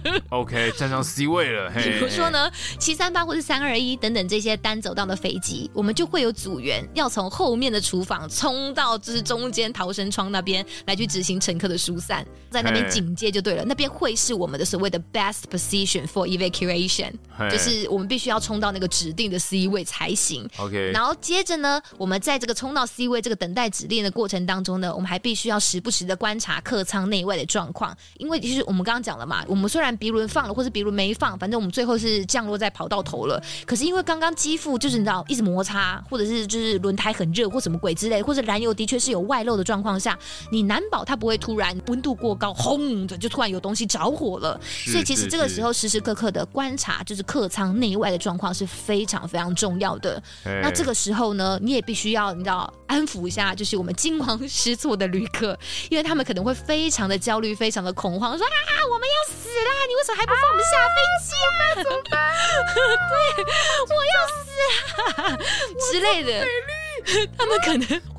B: OK， 站上 C 位了。
A: 比如说呢，七三八或是三二一等等这些单走道的飞机，我们就会有组员要从后面的厨房冲到就是中间逃生窗那边来去执行乘客的疏散，在那边警戒就对了。那边会是我们的所谓的 best position for evacuation， 就是我们必须要冲到那个指定的 C 位才行。
B: OK，
A: 然后接着呢，我们在这个冲到 C 位这个等待指令的过程当中呢，我们还必须要时不时的观察客舱内外的状况，因为其实我们刚刚讲了嘛，我们虽然鼻轮放了或是鼻轮没放，反正我们最后是降落在跑道头了，可是因为刚刚机腹就是你知道一直摩擦，或者是就是轮胎很热或什么鬼之类，或者燃油的确是有外漏的状况下，你难保它不会突然温度过高，轰的就突然有东西着火了。所以其实这个时候时时刻刻的观察就是客舱内外的状况是非常非常重要的。那这个时候呢，你也必须要你知道安抚一下就是我们惊慌失措的旅客，因为他们可能会非常的焦虑非常的恐慌，说啊我们要死啦，你为什么还不放我们下飞机吗？怎么办？对，我要死啊之类的，他们可能会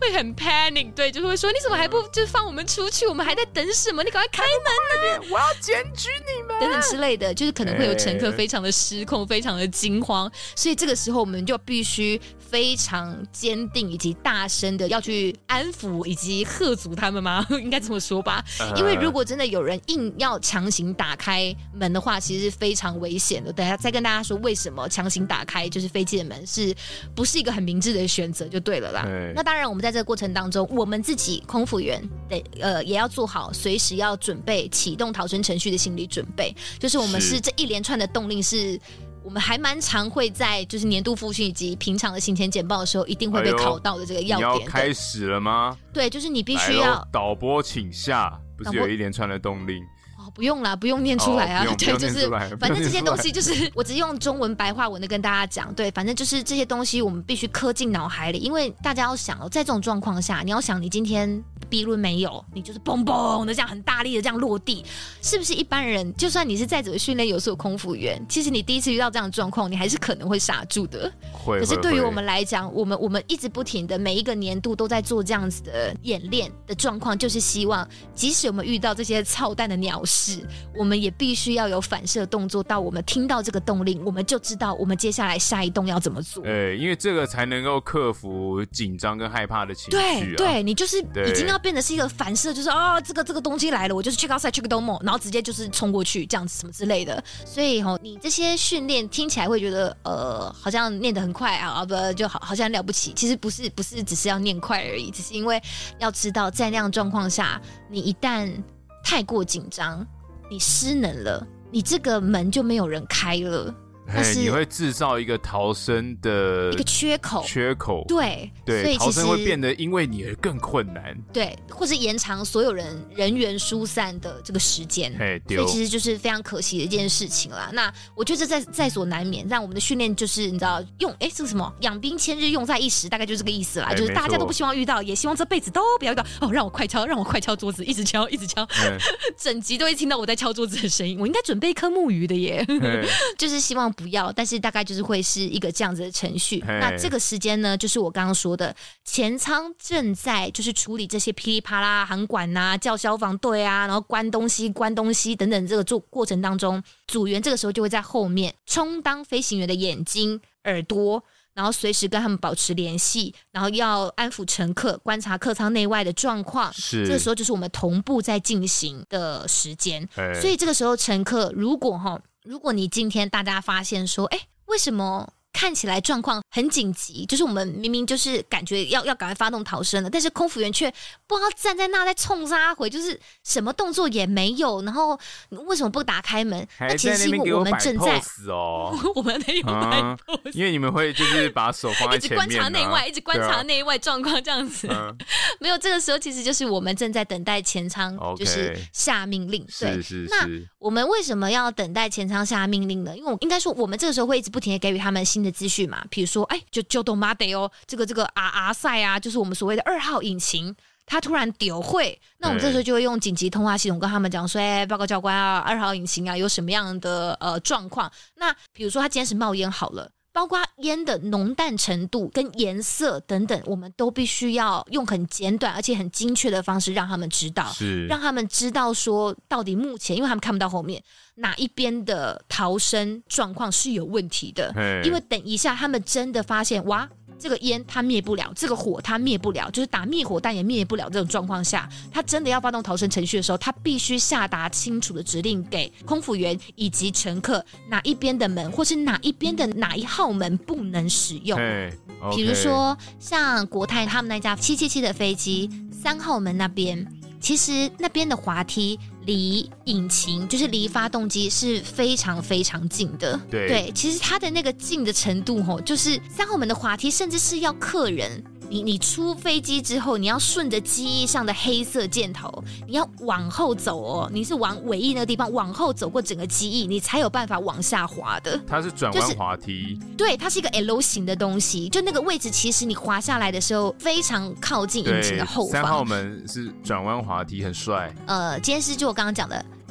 A: 会很 panic， 对，就会说你怎么还不就放我们出去？我们还在等什么？你赶快开门
B: 啊！我要检举你们
A: 等等之类的，就是可能会有乘客非常的失控，非常的惊慌，所以这个时候我们就必须非常坚定以及大声的要去安抚以及喝阻他们吗？应该这么说吧，因为如果真的有人硬要强行打开门的话，其实是非常危险的。等一下再跟大家说为什么强行打开就是飞机的门是不是一个很明智的选择就对了啦。那当然我们在这个过程当中，我们自己空服员得呃也要做好随时要准备启动逃生程序的心理准备，就是我们是这一连串的动令是我们还蛮常会在就是年度复训以及平常的行前简报的时候一定会被考到的这个要点、哎、
B: 你要开始了吗？
A: 对，就是你必须要
B: 导播请下，不是有一连串的动令
A: 哦，不用啦，不用念出来啊。
B: 哦、
A: 对，就是反正这些东西就是我只用中文白话文的跟大家讲。对，反正就是这些东西我们必须刻进脑海里，因为大家要想哦，在这种状况下，你要想你今天 B 轮没有，你就是嘣嘣的这样很大力的这样落地，是不是一般人就算你是再怎么训练有所空服员，其实你第一次遇到这样的状况，你还是可能会傻住的。
B: 会。
A: 可是对于我们来讲，我们我们一直不停的每一个年度都在做这样子的演练的状况，就是希望即使我们遇到这些操蛋的鸟事，我们也必须要有反射动作，到我们听到这个动令，我们就知道我们接下来下一动要怎么做。
B: 对，因为这个才能够克服紧张跟害怕的情绪、啊。
A: 对，对你就是已经要变得是一个反射，就是哦，这个这个东西来了，我就是 check outside check domo， 然后直接就是冲过去，这样子什么之类的。所以哦，你这些训练听起来会觉得呃，好像念得很快啊，不就好，好像了不起。其实不是，不是只是要念快而已，只是因为要知道，在那样状况下，你一旦太过紧张，你失能了，你这个门就没有人开了。但是
B: 你会制造一个逃生的
A: 一个缺口，
B: 缺口，
A: 对
B: 对，所以逃生会变得因为你而更困难，
A: 对，或是延长所有人人员疏散的这个时间，所以其实就是非常可惜的一件事情啦。那我觉得这在在所难免，让我们的训练就是你知道用哎这个什么养兵千日用在一时，大概就是这个意思啦，就是大家都不希望遇到，也希望这辈子都不要遇到。哦，让我快敲，让我快敲桌子，一直敲，一直敲，整集都会听到我在敲桌子的声音。我应该准备一颗木鱼的耶，就是希望不要，但是大概就是会是一个这样子的程序。那这个时间呢，就是我刚刚说的，前舱正在就是处理这些噼里啪啦航管啊、叫消防队啊，然后关东西、关东西等等这个做过程当中，组员这个时候就会在后面充当飞行员的眼睛、耳朵。然后随时跟他们保持联系，然后要安抚乘客，观察客舱内外的状况。是，这个时候就是我们同步在进行的时间。所以这个时候乘客，如果哈，如果你今天大家发现说，哎，为什么看起来状况很紧急，就是我们明明就是感觉要要赶快发动逃生了，但是空服员却不知道站在那在冲杀回，就是什么动作也没有，然后为什么不打开门？那其实是因为我们正在
B: 哦，
A: 我们没有摆 pose，
B: 因为你们会就是把手放在前面、啊，
A: 一直观察内外，一直观察内外状况这样子。啊、没有，这个时候其实就是我们正在等待前舱，就是下命令。
B: 对，是是是。
A: 那我们为什么要等待前舱下命令呢？因为我应该说，我们这个时候会一直不停的给予他们新的资讯嘛，比如说，哎，就就懂马得哦，这个这个 R R 赛啊，就是我们所谓的二号引擎。他突然丢会，那我们这时候就会用紧急通话系统跟他们讲说，哎，报告教官啊，二号引擎啊有什么样的呃状况？那比如说他今天是冒烟好了，包括烟的浓淡程度跟颜色等等，我们都必须要用很简短而且很精确的方式让他们知道，是让他们知道说到底目前，因为他们看不到后面哪一边的逃生状况是有问题的，因为等一下他们真的发现哇。这个烟它灭不了，这个火它灭不了，就是打灭火弹也灭不了。这种状况下，他真的要发动逃生程序的时候，他必须下达清楚的指令给空服员以及乘客，哪一边的门或是哪一边的哪一号门不能使用。Hey, okay. 比如说像国泰他们那架七七七的飞机三号门那边，其实那边的滑梯离引擎就是离发动机是非常非常近的。 对, 对其实它的那个近的程度吼，就是三号门的滑梯甚至是要客人你你出飞机之后，你要顺着机翼上的黑色箭头，你要往后走哦，你是往尾翼那个地方往后走过整个机翼，你才有办法往下滑的。
B: 它是转弯滑梯、就是、
A: 对，它是一个 L 型的东西，就那个位置其实你滑下来的时候非常靠近引擎的后方。
B: 三号门是转弯滑梯，很帅。
A: 呃，今天是就我刚刚讲的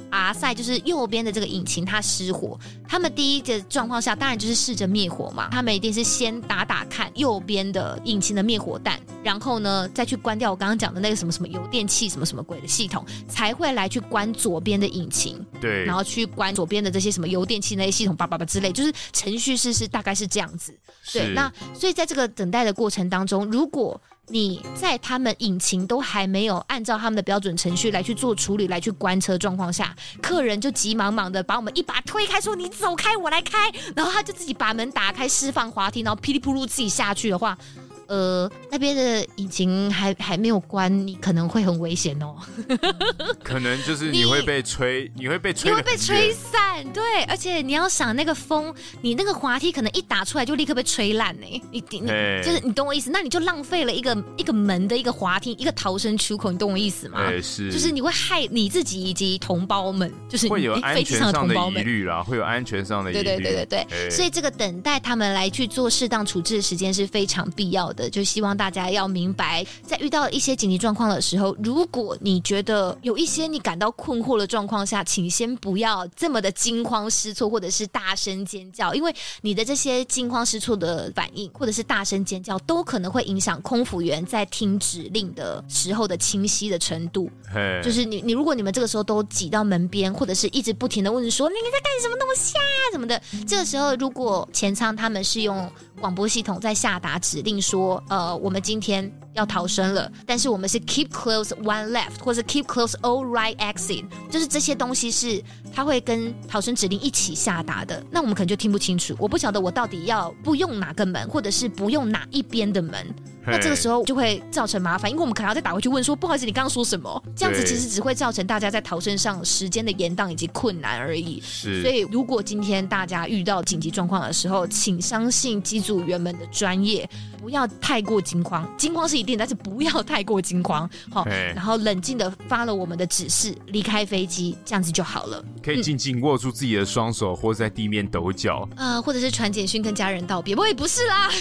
A: R 赛就是右边的这个引擎它失火，他们第一个状况下当然就是试着灭火嘛，他们一定是先打打看右边的引擎的灭火弹，然后呢再去关掉我刚刚讲的那个什么什么油电器什么什么鬼的系统，才会来去关左边的引擎，
B: 对，
A: 然后去关左边的这些什么油电器那些系统叭叭叭之类，就是程序是是大概是这样子。对，那所以在这个等待的过程当中，如果你在他们引擎都还没有按照他们的标准程序来去做处理来去关车状况下，客人就急忙忙的把我们一把推开说你走开我来开，然后他就自己把门打开释放滑梯，然后噼里扑噜自己下去的话，呃，那边的引擎还还没有关，你可能会很危险哦。
B: 可能就是你会被吹，你, 你会被吹，
A: 你会被吹散，对，而且你要想那个风，你那个滑梯可能一打出来就立刻被吹烂呢、欸。你你就是你懂我意思？那你就浪费了一个一个门的一个滑梯，一个逃生出口，你懂我意思吗？
B: 对，是，
A: 就是你会害你自己以及同胞们，就是
B: 会有安全上的疑虑啦，会有安全上的疑虑。
A: 对对对对对，所以这个等待他们来去做适当处置的时间是非常必要的。就希望大家要明白，在遇到一些紧急状况的时候，如果你觉得有一些你感到困惑的状况下，请先不要这么的惊慌失措，或者是大声尖叫，因为你的这些惊慌失措的反应，或者是大声尖叫，都可能会影响空服员在听指令的时候的清晰的程度。就是你你如果你们这个时候都挤到门边，或者是一直不停的问说你在干什么东西啊什么的，这个时候如果前舱他们是用广播系统在下达指令说，呃，我们今天要逃生了，但是我们是 keep close one left 或是 keep close all right exit， 就是这些东西是它会跟逃生指令一起下达的，那我们可能就听不清楚，我不晓得我到底要不用哪个门，或者是不用哪一边的门，那这个时候就会造成麻烦，因为我们可能要再打回去问说，不好意思，你刚刚说什么？这样子其实只会造成大家在逃生上时间的延宕以及困难而已。
B: 是，
A: 所以如果今天大家遇到紧急状况的时候，请相信机组员们的专业，不要太过惊慌，惊慌是一定，但是不要太过惊慌，好，然后冷静的发了我们的指示，离开飞机，这样子就好了。
B: 可以静静握住自己的双手，或者在地面抖脚，
A: 呃，或者是传简讯跟家人道别，不会不是啦。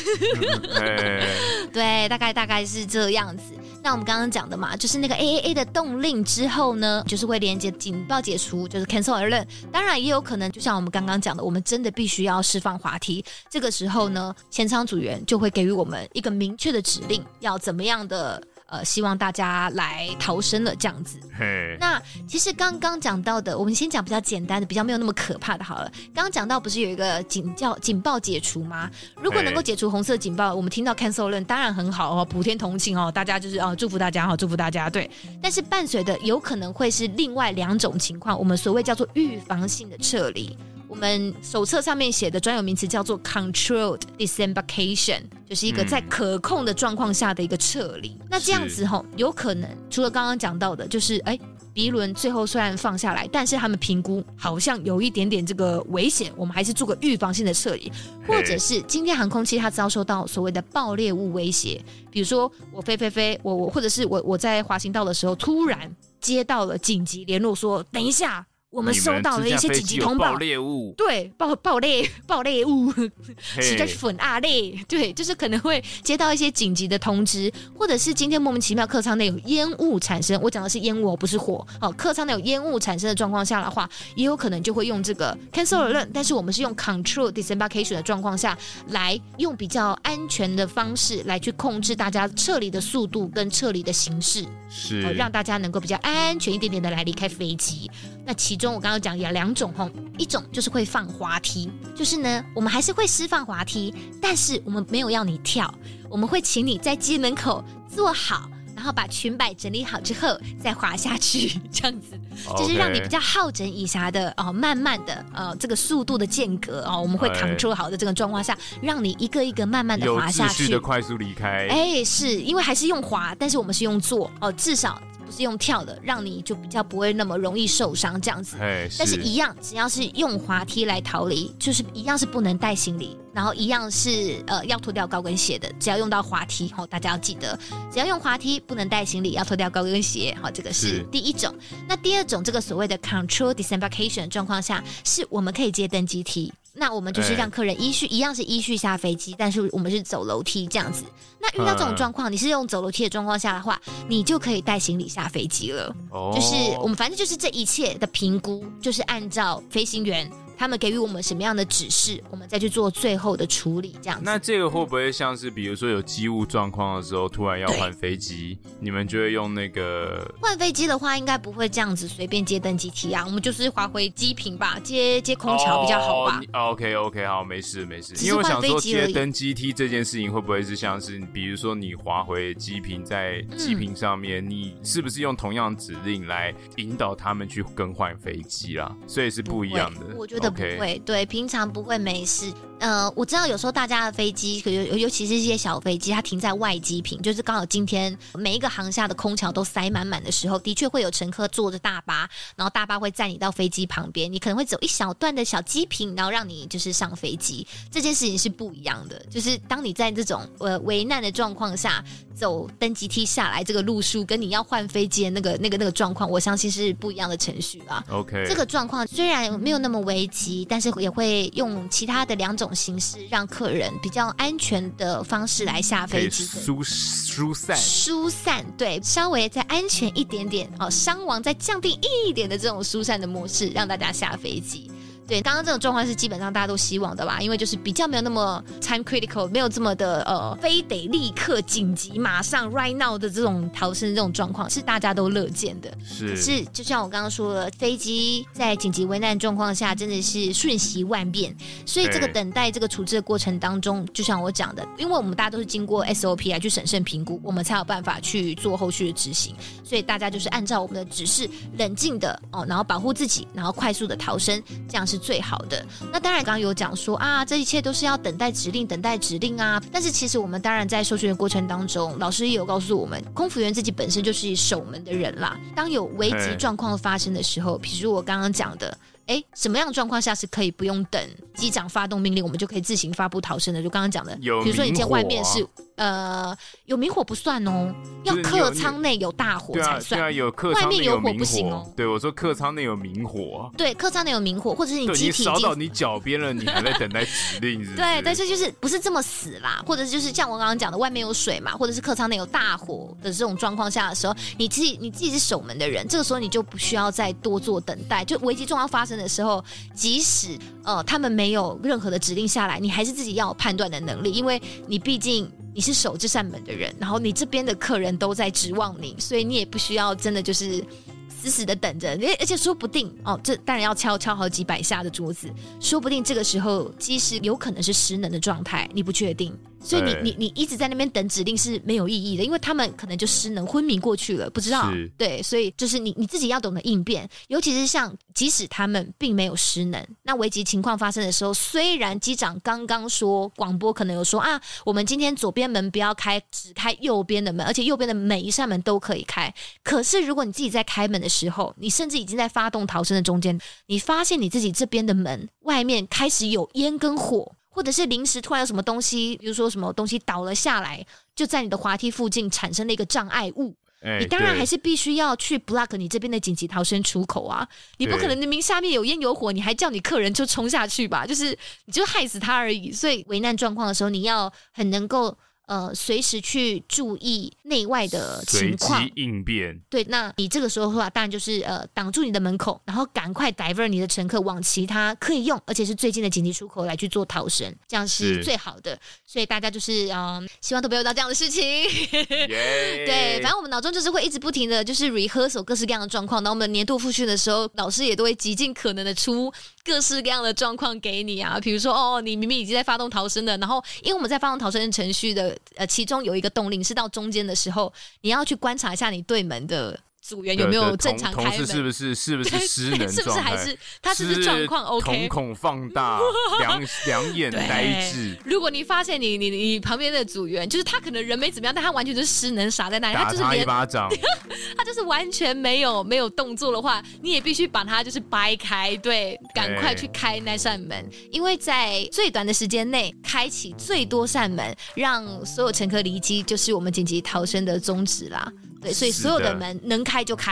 A: 对，大概大概是这样子。那我们刚刚讲的嘛，就是那个 A A A 的动令之后呢，就是会连接警报解除，就是 cancel alert。当然也有可能，就像我们刚刚讲的，我们真的必须要释放滑梯。这个时候呢，前舱组员就会给予我们一个明确的指令，要怎么样的。呃，希望大家来逃生了这样子。那其实刚刚讲到的，我们先讲比较简单的，比较没有那么可怕的好了。刚刚讲到不是有一个警叫警报解除吗？如果能够解除红色警报，我们听到 cancel alert 当然很好哦，普天同庆哦，大家就是哦祝福大家，好祝福大家。对，但是伴随的有可能会是另外两种情况，我们所谓叫做预防性的撤离。我们手册上面写的专有名词叫做 controlled disembarkation， 就是一个在可控的状况下的一个撤离。嗯、那这样子吼，有可能除了刚刚讲到的，就是哎，鼻轮最后虽然放下来，但是他们评估好像有一点点这个危险，我们还是做个预防性的撤离，或者是今天航空器它遭受到所谓的爆裂物威胁，比如说我飞飞飞，我我或者是我我在滑行道的时候，突然接到了紧急联络说，等一下。我们收到了一些紧急通报，
B: 爆裂物，
A: 对，爆爆裂爆裂物，实在是粉啊裂，对，就是可能会接到一些紧急的通知，或者是今天莫名其妙客舱内有烟雾产生，我讲的是烟雾不是火，哦，客舱内有烟雾产生的状况下的话，也有可能就会用这个 cancel alert， 但是我们是用 control disembarkation 的状况下来用比较安全的方式来去控制大家撤离的速度跟撤离的形式，
B: 是、
A: 哦、让大家能够比较安全一点点的来离开飞机。那其中我刚刚讲有两种吼，一种就是会放滑梯，就是呢我们还是会释放滑梯，但是我们没有要你跳，我们会请你在机门口坐好，然后把裙摆整理好之后再滑下去，这样子就是让你比较好整以暇的哦，慢慢的呃这个速度的间隔哦，我们会 control 好的这个状况下，让你一个一个慢慢的滑下去，
B: 有秩序的快速离开。
A: 哎，是因为还是用滑，但是我们是用坐哦，至少。不是用跳的，让你就比较不会那么容易受伤这样子。是但是一样，只要是用滑梯来逃离，就是一样是不能带行李，然后一样是呃要脱掉高跟鞋的。只要用到滑梯，好、哦，大家要记得，只要用滑梯不能带行李，要脱掉高跟鞋。好、哦，这个是第一种。那第二种，这个所谓的 control disembarkation 的状况下，是我们可以接登机梯。 那我们就是让客人依序、欸、一样是依序下飞机，但是我们是走楼梯这样子。那遇到这种状况、嗯，你是用走楼梯的状况下的话，你就可以带行李下飞机了。哦，就是我们反正就是这一切的评估，就是按照飞行员他们给予我们什么样的指示，我们再去做最后的处理，这样子。
B: 那这个会不会像是，比如说有机务状况的时候，突然要换飞机，你们就会用那个
A: 换飞机的话，应该不会这样子随便接登机梯啊，我们就是滑回机坪吧，接接空桥比较好吧。
B: 哦、OK OK 好，没事没事。因为我想说接登机梯这件事情会不会是像是，比如说你滑回机坪，在机坪上面、嗯，你是不是用同样的指令来引导他们去更换飞机啦？所以是不一样的。
A: 我觉得不会， okay. 对，平常不会没事。呃，我知道有时候大家的飞机，尤尤其是一些小飞机，它停在外机坪，就是刚好今天每一个航厦的空桥都塞满满的时候，的确会有乘客坐着大巴，然后大巴会载你到飞机旁边，你可能会走一小段的小机坪，然后让你就是上飞机。这件事情是不一样的，就是当你在这种呃危难的状况下走登机梯下来，这个路数跟你要换飞机的那个那个那个状况，我相信是不一样的程序啦。
B: OK，
A: 这个状况虽然没有那么危急，但是也会用其他的两种形式让客人比较安全的方式来下飞机，
B: 疏疏散
A: 疏散，对，稍微再安全一点点哦，伤亡再降低一点的这种疏散的模式，让大家下飞机。对，刚刚这种状况是基本上大家都希望的吧，因为就是比较没有那么 time critical， 没有这么的呃，非得立刻紧急马上 right now 的这种逃生这种状况，是大家都乐见的。
B: 是，
A: 是就像我刚刚说的，飞机在紧急危难状况下真的是瞬息万变，所以这个等待这个处置的过程当中，就像我讲的，因为我们大家都是经过 S O P 来去审慎评估，我们才有办法去做后续的执行，所以大家就是按照我们的指示，冷静的哦，然后保护自己，然后快速的逃生，这样是最好的。那当然刚刚有讲说啊，这一切都是要等待指令等待指令啊，但是其实我们当然在受训的过程当中，老师也有告诉我们，空服员自己本身就是守门的人啦，当有危急状况发生的时候，比如我刚刚讲的哎，什么样的状况下是可以不用等机长发动命令，我们就可以自行发布逃生的？就刚刚讲的，比如说你今天外面是呃有明火不算哦，要客舱内有大火才算。
B: 对啊，对啊，有客舱内有明火，
A: 外面有火不行哦。
B: 对，我说客舱内有明火。
A: 对，客舱内有明火，或者是你机体已经
B: 烧到你脚边了，你还在等待指令是不是？
A: 对，但是就是不是这么死啦，或者就是像我刚刚讲的，外面有水嘛，或者是客舱内有大火的这种状况下的时候，你自己你自己是守门的人，这个时候你就不需要再多做等待，就危机状况发生的时候。即使呃他们没有任何的指令下来，你还是自己要有判断的能力，因为你毕竟你是守这扇门的人，然后你这边的客人都在指望你，所以你也不需要真的就是死死的等着，而且说不定哦，这当然要敲敲好几百下的桌子，说不定这个时候机师有可能是失能的状态，你不确定。所以你你你一直在那边等指令是没有意义的，因为他们可能就失能昏迷过去了，不知道。对，所以就是你你自己要懂得应变，尤其是像即使他们并没有失能，那危急情况发生的时候，虽然机长刚刚说广播可能有说啊，我们今天左边门不要开，只开右边的门，而且右边的每一扇门都可以开。可是如果你自己在开门的时候，你甚至已经在发动逃生的中间，你发现你自己这边的门外面开始有烟跟火。或者是临时突然有什么东西，比如说什么东西倒了下来，就在你的滑梯附近产生了一个障碍物，欸、你当然还是必须要去 block 你这边的紧急逃生出口啊！你不可能明明下面有烟有火，你还叫你客人就冲下去吧？就是你就害死他而已。所以危难状况的时候，你要很能够。呃，随时去注意内外的情况，
B: 随机应变。
A: 对，那你这个时候的话，当然就是呃挡住你的门口，然后赶快 divert 你的乘客往其他可以用而且是最近的紧急出口来去做逃生，这样是最好的。所以大家就是嗯、呃，希望都不要遇到这样的事情。
B: yeah.
A: 对，反正我们脑中就是会一直不停的就是 rehearsal 各式各样的状况，然后我们年度复训的时候，老师也都会极尽可能的出各式各样的状况给你啊，比如说哦，你明明已经在发动逃生了，然后因为我们在发动逃生程序的。呃，其中有一个动令是到中间的时候，你要去观察一下你对门的组员有没有正常开门，
B: 同事是不是是不是失能状态，
A: 是不是还是他是不是状况 OK，
B: 瞳孔放大，两两眼呆滞。
A: 如果你发现你你你旁边的组员，就是他可能人没怎么样，但他完全就是失能傻在那里，
B: 打他一巴掌，
A: 他就是完全没有没有动作的话，你也必须把他就是掰开，对，赶快去开那扇门，因为在最短的时间内开启最多扇门，让所有乘客离机，就是我们紧急逃生的宗旨啦。对，所以所有的门能开就开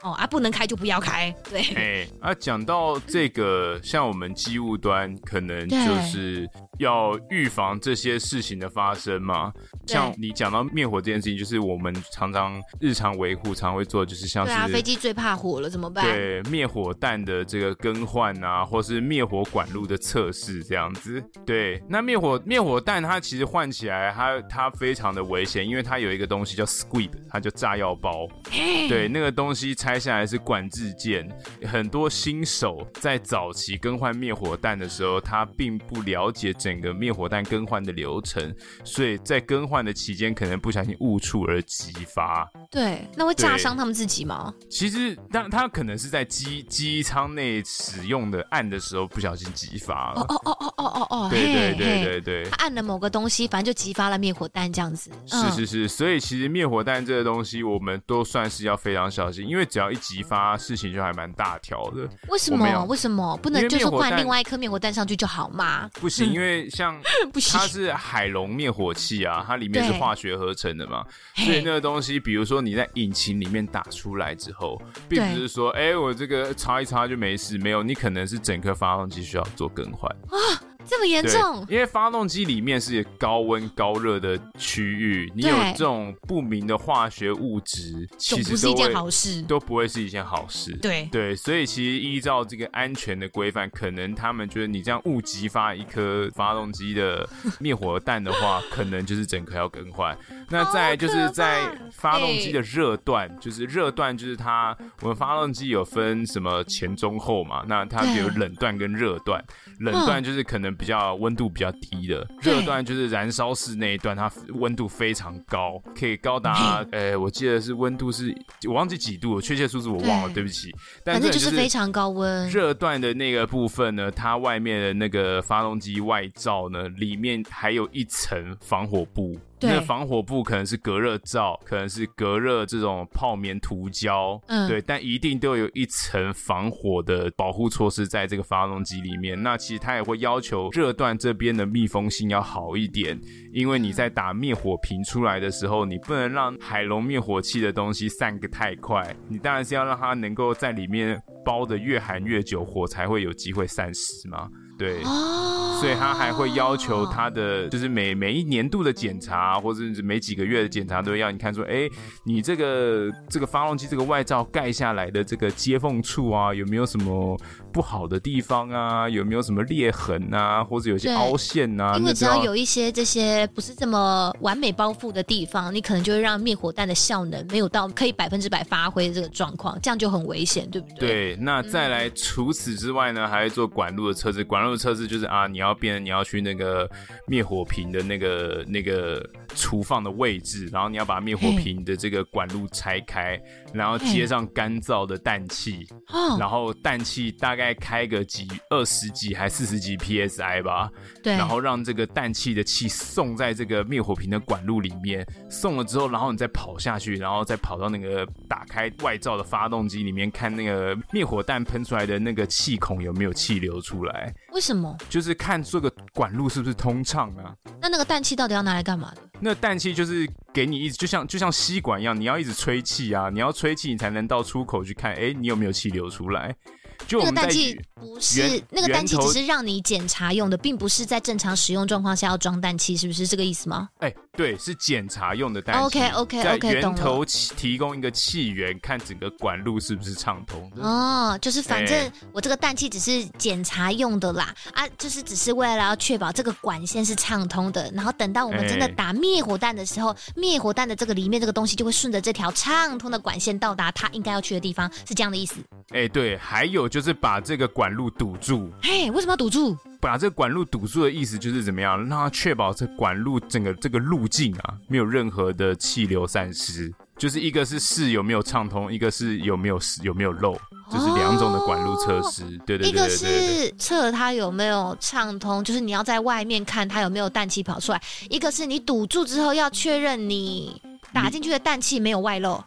A: 哦啊，不能开就不要开。对，
B: 哎、啊，讲到这个，像我们机务端可能就是要预防这些事情的发生嘛。像你讲到灭火这件事情，就是我们常常日常维护常会做，就是像是
A: 对啊，飞机最怕火了，怎么办？
B: 对，灭火弹的这个更换啊，或是灭火管路的测试这样子。对，那灭火灭火弹它其实换起来它它非常的危险，因为它有一个东西叫 squib， 它叫炸药包。对，那个东西拆下来是管制键。很多新手在早期更换灭火弹的时候，他并不了解整个灭火弹更换的流程，所以在更换的期间可能不小心误触而击发。
A: 对，那会炸伤他们自己吗？
B: 其实他他可能是在机机舱内使用的按的时候不小心击发了。
A: 哦哦哦哦哦哦哦，
B: 对对对对对，
A: 他按了某个东西，反正就激发了灭火弹这样子。
B: 是是是，所以其实灭火弹这个东西，我们都算是要非常小心，因为只要一激发，事情就还蛮大条的。
A: 为什么？为什么不能就是换另外一颗灭火弹上去就好吗？
B: 不行，因为像它是海龙灭火器啊，它里面是化学合成的嘛，所以那个东西，比如说你在引擎里面打出来之后，并不是说，哎、欸，我这个擦一擦就没事，没有，你可能是整颗发动机需要做更换啊。
A: 这么严重？
B: 因为发动机里面是高温高热的区域，你有这种不明的化学物质，其实
A: 都不是一件好事，
B: 都不会是一件好事。
A: 对
B: 对，所以其实依照这个安全的规范，可能他们觉得你这样误击发一颗发动机的灭火弹的话，可能就是整颗要更换。那再来就是在发动机的热段，就是热段就是它，我们发动机有分什么前中后嘛，那它有冷段跟热段，冷段就是可能比较温度比较低的，热段就是燃烧室那一段，它温度非常高，可以高达，呃，我记得是温度是，我忘记几度，确切数字我忘了，对不起。但
A: 反正就是非常高温。
B: 热段的那个部分呢，它外面的那个发动机外罩呢，里面还有一层防火布。那防火布可能是隔热罩，可能是隔热这种泡棉涂胶，嗯，对，但一定都有一层防火的保护措施在这个发动机里面。那其实它也会要求热段这边的密封性要好一点，因为你在打灭火瓶出来的时候，你不能让海龙灭火器的东西散个太快，你当然是要让它能够在里面包的越含越久，火才会有机会散失嘛。对，哦，所以他还会要求他的就是每每一年度的检查，或者是每几个月的检查，都会要你看说，哎，你这个这个发动机这个外罩盖下来的这个接缝处啊，有没有什么不好的地方啊？有没有什么裂痕啊？或者有些凹陷啊？
A: 因为只要有一些这些不是这么完美包覆的地方，你可能就会让灭火弹的效能没有到可以百分之百发挥的这个状况，这样就很危险，对不对？
B: 对，那再来、嗯、除此之外呢，还会做管路的测试，管路的测试就是啊，你要变，你要去那个灭火瓶的那个那个储放的位置，然后你要把灭火瓶的这个管路拆开，然后接上干燥的氮气，然后氮气大概开个几二十几还四十几 P S I 吧，对，然后让这个氮气的气送在这个灭火瓶的管路里面，送了之后，然后你再跑下去，然后再跑到那个打开外罩的发动机里面，看那个灭火弹喷出来的那个气孔有没有气流出来。
A: 为什么？
B: 就是看这个管路是不是通畅啊。
A: 那那个氮气到底要拿来干嘛的？
B: 那氮气就是给你一直就像就像吸管一样，你要一直吹气啊，你要吹气你才能到出口去看，哎，你有没有气流出来。就我们在
A: 那个氮气不是那个氮气只是让你检查用的，并不是在正常使用状况下要装氮气，是不是这个意思吗？
B: 哎、欸，对，是检查用的氮气。
A: OK OK OK，
B: 在源头提供一个气源，看整个管路是不是畅通的。
A: 哦，就是反正我这个氮气只是检查用的啦，啊，就是只是为了要确保这个管线是畅通的，然后等到我们真的打灭火弹的时候，灭火弹的这个里面这个东西就会顺着这条畅通的管线到达它应该要去的地方，是这样的意思。
B: 哎、欸，对，还有就是把这个管路堵住。
A: 嘿，为什么要堵住？
B: 把这个管路堵住的意思就是怎么样，让它确保这管路整个这个路径啊，没有任何的气流散失。就是一个是试有没有畅通，一个是有没有有没有漏，就是两种的管路测试。哦、对对对对对对。一个
A: 是测它有没有畅通，就是你要在外面看它有没有氮气跑出来；一个是你堵住之后要确认你打进去的氮气没有外漏。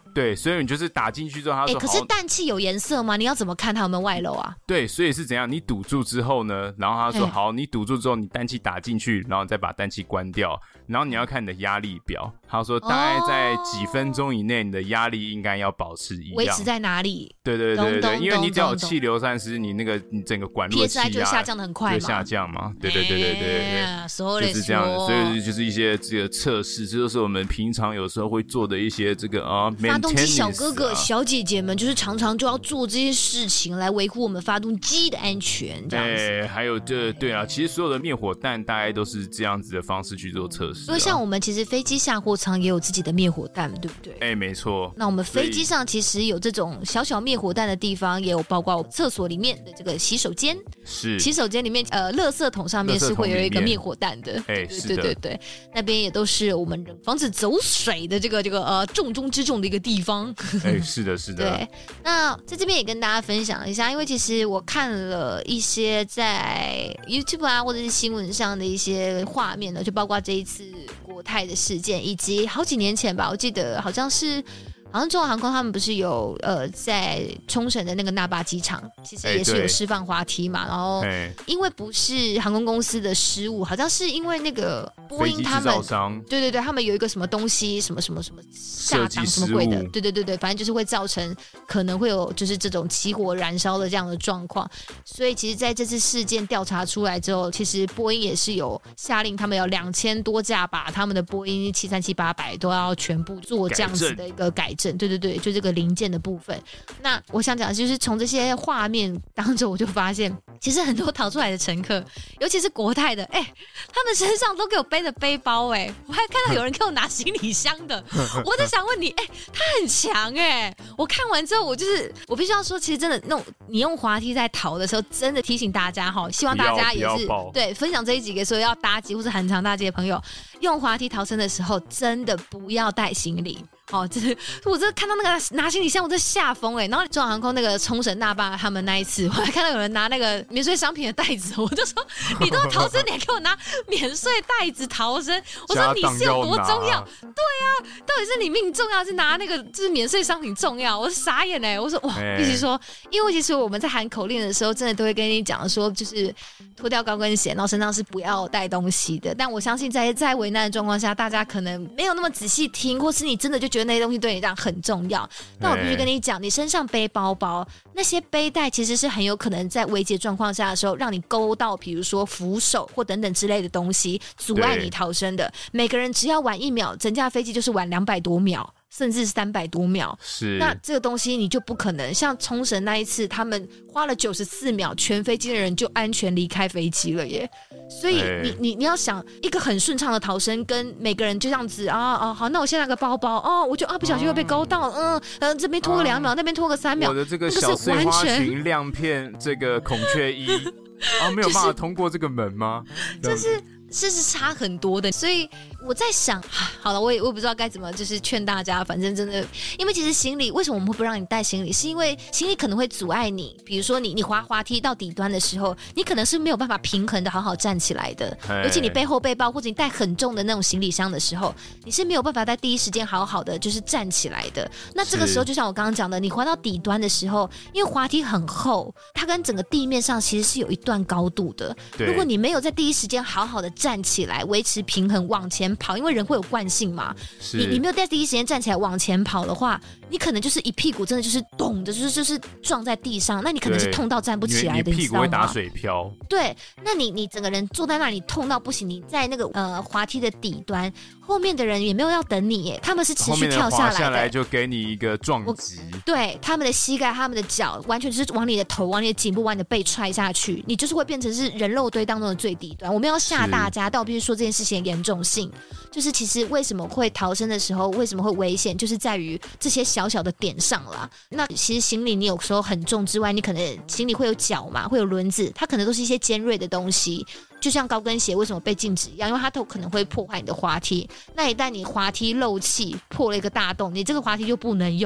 B: 对，所以你就是打进去之后，他说、欸、
A: 可是氮气有颜色吗？你要怎么看它有没有外漏啊？
B: 对，所以是怎样？你堵住之后呢，然后他说好，你堵住之后，你氮气打进去，然后再把氮气关掉，然后你要看你的压力表。他说大概在几分钟以内，你的压力应该要保持一样，维
A: 持在哪里？
B: 对对对对，因为你只要有气流散失，你那个你整个管路的气压
A: 就下降的很快嘛，
B: 就下降嘛。对对对对对对，
A: 欸、
B: 就是这样的。所以就是一些这个测试，这就是我们平常有时候会做的一些这个啊，
A: 发动机小哥哥、小姐姐们，就是常常就要做这些事情来维护我们发动机的安全，这样子。
B: 对，还有这对啊，其实所有的灭火弹大概都是这样子的方式去做测试、啊。
A: 因为像我们其实飞机下货舱也有自己的灭火弹，对不对？
B: 哎、欸，没错。
A: 那我们飞机上其实有这种小小灭火弹的地方，也有包括厕所里面的这个洗手间。
B: 是。
A: 洗手间里面，呃，垃圾桶上面是会有一个灭火弹的。
B: 哎、欸，
A: 对
B: 是的。
A: 对对对，那边也都是我们防止走水的这个这个呃重中之重的一个地方。
B: 哎、欸，是的，是的。
A: 对。那在这边也跟大家分享一下，因为其实我看了一些在 YouTube 啊或者是新闻上的一些画面呢，就包括这一次国泰的事件，以及好几年前吧，我记得好像是。好像中华航空他们不是有呃在冲绳的那个那霸机场，其实也是有释放滑梯嘛，然后因为不是航空公司的失误，好像是因为那个波音他们，对对对，他们有一个什么东西什么什么什么下档什么鬼的，对对对对，反正就是会造成可能会有就是这种起火燃烧的这样的状况，所以其实在这次事件调查出来之后，其实波音也是有下令他们有两千多架把他们的波音七三七八百都要全部做这样子的一个改。对对对，就这个零件的部分。那我想讲的就是从这些画面当中，我就发现，其实很多逃出来的乘客，尤其是国泰的，哎、欸，他们身上都给我背着背包、欸，哎，我还看到有人给我拿行李箱的。我在想问你，哎、欸，他很强哎、欸！我看完之后，我就是我必须要说，其实真的那种你用滑梯在逃的时候，真的提醒大家哈，希望大家也是对分享这一集给所有要搭机或是很常搭机的朋友，用滑梯逃生的时候，真的不要带行李。哦，就是我这看到那个拿行李箱，我这吓疯哎！然后中华航空那个冲绳那霸他们那一次，我还看到有人拿那个免税商品的袋子，我就说你都要逃生，你还给我拿免税袋子逃生？我说你是有多重要？对啊，到底是你命重要，是拿那个就是免税商品重要？我傻眼哎！我说哇，必须说，因为其实我们在喊口令的时候，真的都会跟你讲说，就是脱掉高跟鞋，然后身上是不要带东西的。但我相信在在危难的状况下，大家可能没有那么仔细听，或是你真的就觉得那些东西对你这样很重要，那我必须跟你讲，你身上背包包，那些背带其实是很有可能在危急状况下的时候，让你勾到比如说扶手或等等之类的东西，阻碍你逃生的。每个人只要晚一秒，整架飞机就是晚两百多秒。甚至三百多秒，
B: 是
A: 那这个东西你就不可能像冲绳那一次，他们花了九十四秒，全飞机的人就安全离开飞机了耶。所以你、欸、你你要想一个很顺畅的逃生，跟每个人就这样子啊啊好，那我先拿个包包哦，我就啊不小心会被勾到，嗯嗯这边拖个两秒、嗯，那边拖个三秒，
B: 我的这个小碎花裙亮片这个孔雀衣啊没有办法通过这个门吗？
A: 就是。这是差很多的，所以我在想，好了，我也我也不知道该怎么就是劝大家，反正真的，因为其实行李为什么我们会不让你带行李，是因为行李可能会阻碍你，比如说你你滑滑梯到底端的时候，你可能是没有办法平衡的好好站起来的，尤其你背后背包或者你带很重的那种行李箱的时候，你是没有办法在第一时间好好的就是站起来的。那这个时候就像我刚刚讲的，你滑到底端的时候，因为滑梯很厚，它跟整个地面上其实是有一段高度的，如果你没有在第一时间好好的站起来维持平衡往前跑，因为人会有惯性嘛，你你没有在第一时间站起来往前跑的话，你可能就是一屁股真的就是咚的就是就是撞在地上，那你可能是痛到站不起来的，
B: 你屁股会打水漂。
A: 对，那你你整个人坐在那里痛到不行，你在那个呃滑梯的底端，后面的人也没有要等你耶，他们是持续跳下来的，
B: 后面的滑下来就给你一个撞击，
A: 对，他们的膝盖他们的脚完全就是往你的头往你的颈部往你的背踹下去，你就是会变成是人肉堆当中的最底端。我们要吓大家，但我必须说这件事情的严重性，就是其实为什么会逃生的时候为什么会危险，就是在于这些小小的点上啦。那其实行李你有时候很重之外，你可能行李会有脚嘛，会有轮子，它可能都是一些尖锐的东西，就像高跟鞋为什么被禁止一样，因为它都可能会破坏你的滑梯。那一旦你滑梯漏气破了一个大洞，你这个滑梯就不能用，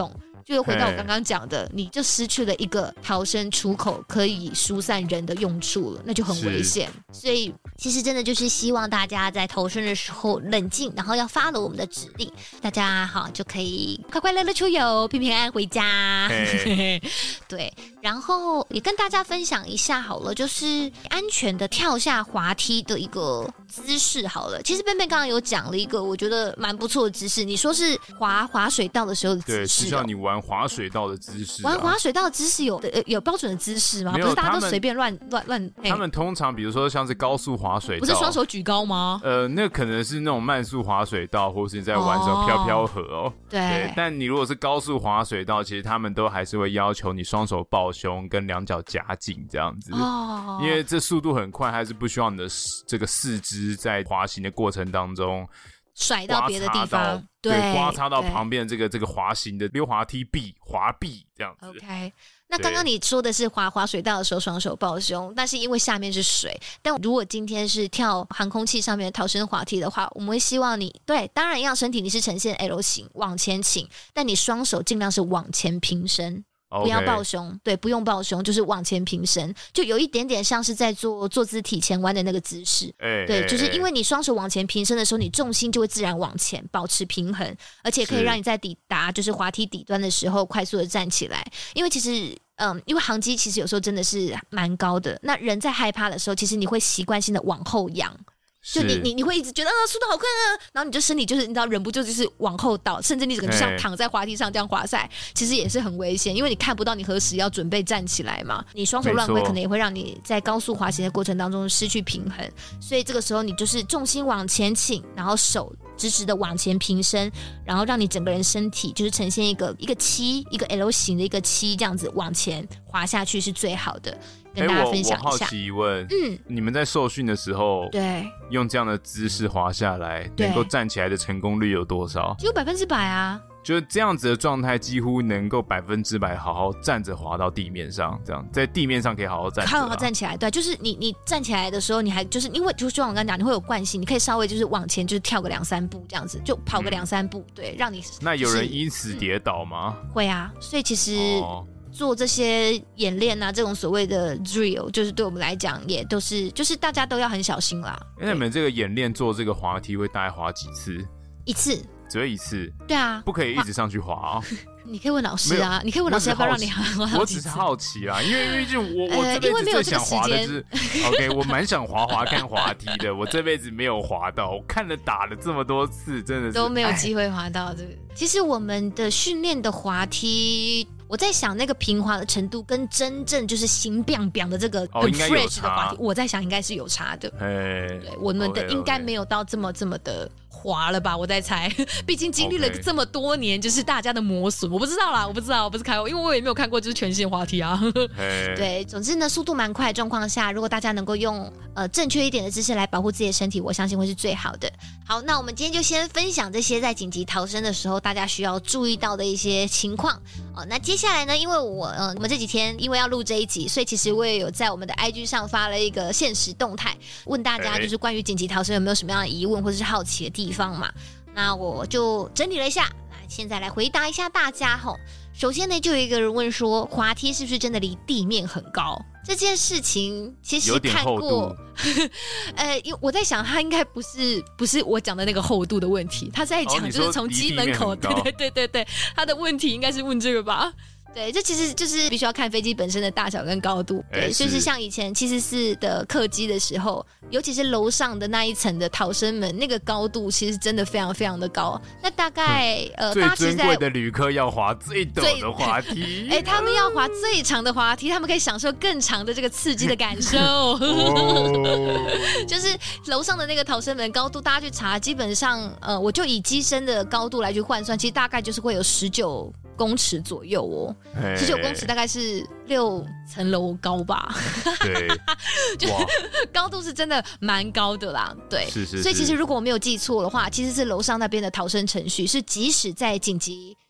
A: 就又回到我刚刚讲的，你就失去了一个逃生出口可以疏散人的用处了，那就很危险。所以其实真的就是希望大家在逃生的时候冷静，然后要 follow 我们的指令，大家好就可以快快乐乐出游，平平安安回家。对，然后也跟大家分享一下好了，就是安全的跳下滑梯的一个姿势好了。其实贝贝刚刚有讲了一个我觉得蛮不错的姿势，你说是滑滑水道的时候的姿势、哦、
B: 对，就像你玩滑水道的姿势、啊、
A: 玩滑水道的姿势有、呃、有标准的姿势吗？不是大家都随便乱乱乱。
B: 他们通常比如说像是高速滑水道，
A: 不是双手举高吗？
B: 呃，那可能是那种慢速滑水道，或是你在玩什么飘飘河哦。
A: 对,
B: 对，但你如果是高速滑水道，其实他们都还是会要求你双手抱胸跟两脚夹紧这样子、哦、因为这速度很快，还是不希望你的这个四肢在滑行的过程当中
A: 甩到别的地方，
B: 对，刮擦到旁边这个这个滑行的溜滑梯壁、滑壁这样子。
A: OK， 那刚刚你说的是滑滑水道的时候双手抱胸，但是因为下面是水。但如果今天是跳航空器上面的逃生滑梯的话，我们会希望你对，当然一样身体你是呈现 L 型往前倾，但你双手尽量是往前平伸。不要抱胸， okay. 对，不用抱胸，就是往前平伸，就有一点点像是在做坐姿体前弯的那个姿势。欸、对，欸、就是因为你双手往前平伸的时候，你重心就会自然往前，保持平衡，而且可以让你在抵达就是滑梯底端的时候快速的站起来。因为其实，嗯，因为航机其实有时候真的是蛮高的，那人在害怕的时候，其实你会习惯性的往后仰。就你你你会一直觉得啊速度好快啊，然后你就身体就是你知道忍不住就是往后倒，甚至你整个就像躺在滑梯上这样滑下，其实也是很危险，因为你看不到你何时要准备站起来嘛，你双手乱挥可能也会让你在高速滑行的过程当中失去平衡，所以这个时候你就是重心往前倾，然后手直直的往前平伸，然后让你整个人身体就是呈现一个一个七一个 L 型的一个七这样子往前滑下去是最好的。跟大家分享一下。欸、我, 我好
B: 奇问，嗯，你们在受训的时候，
A: 对，
B: 用这样的姿势滑下来，能够站起来的成功率有多少？
A: 只有百分之百啊！
B: 就是这样子的状态，几乎能够百分之百好好站着滑到地面上，这样在地面上可以好好站着，
A: 好好站起来。对，就是你你站起来的时候，你还就是因为就像我刚刚讲，你会有惯性，你可以稍微就是往前就是跳个两三步这样子，就跑个两三步，嗯、对，让你。
B: 那有人因此跌倒吗？
A: 嗯、会啊，所以其实。哦做这些演练啊，这种所谓的 drill， 就是对我们来讲也都是，就是大家都要很小心啦。
B: 那你们这个演练做这个滑梯会大概滑几次？
A: 一次，
B: 只会一次。
A: 对啊，
B: 不可以一直上去滑哦。
A: 你可以问老师啊，你可以问老师要不要让你滑好几次。
B: 我只是好奇啦，因为因为就我、呃、我这辈子最想滑的是 ，OK， 我蛮想滑滑看滑梯的，我这辈子没有滑到，我看了打了这么多次，真的是
A: 都没有机会滑到这个。其实我们的训练的滑梯。我在想那个平滑的程度跟真正就是形 biang biang 的这个很 fresh 的滑梯，我在想应该是有差的。对，我们的应该没有到这么这么的滑了吧？我在猜，毕竟经历了这么多年，就是大家的磨损，我不知道啦，我不知道，我不是开玩笑，因为我也没有看过就是全新滑梯啊。对，总之呢，速度蛮快的状况下，如果大家能够用呃正确一点的姿势来保护自己的身体，我相信会是最好的。好，那我们今天就先分享这些在紧急逃生的时候大家需要注意到的一些情况哦。那接下来呢，因为我呃我们这几天因为要录这一集，所以其实我也有在我们的 I G 上发了一个限时动态，问大家就是关于紧急逃生有没有什么样的疑问或者是好奇的地方嘛。那我就整理了一下，那现在来回答一下大家吼。首先呢，就有一个人问说，滑梯是不是真的离地面很高？这件事情其实看过，呃，因为我在想，他应该不是不是我讲的那个厚度的问题，他在讲就是从基本口，对对对对对，他的问题应该是问这个吧。对，这其实就是必须要看飞机本身的大小跟高度。对，欸、就是像以前七四四的客机的时候，尤其是楼上的那一层的逃生门，那个高度其实真的非常非常的高。那大概、嗯、呃，
B: 最尊贵的旅客要滑最陡的滑梯，
A: 哎、欸，他们要滑最长的滑梯，他们可以享受更长的这个刺激的感受。哦、就是楼上的那个逃生门高度，大家去查，基本上呃，我就以机身的高度来去换算，其实大概就是会有十九公尺左右哦，十九公尺大概是六层楼高吧。
B: 对，
A: 就是高度是真的蛮高的啦。对，
B: 是是是。
A: 所以其实如果我没有记错的话，其实是楼上那边的逃生程序是，即使在紧急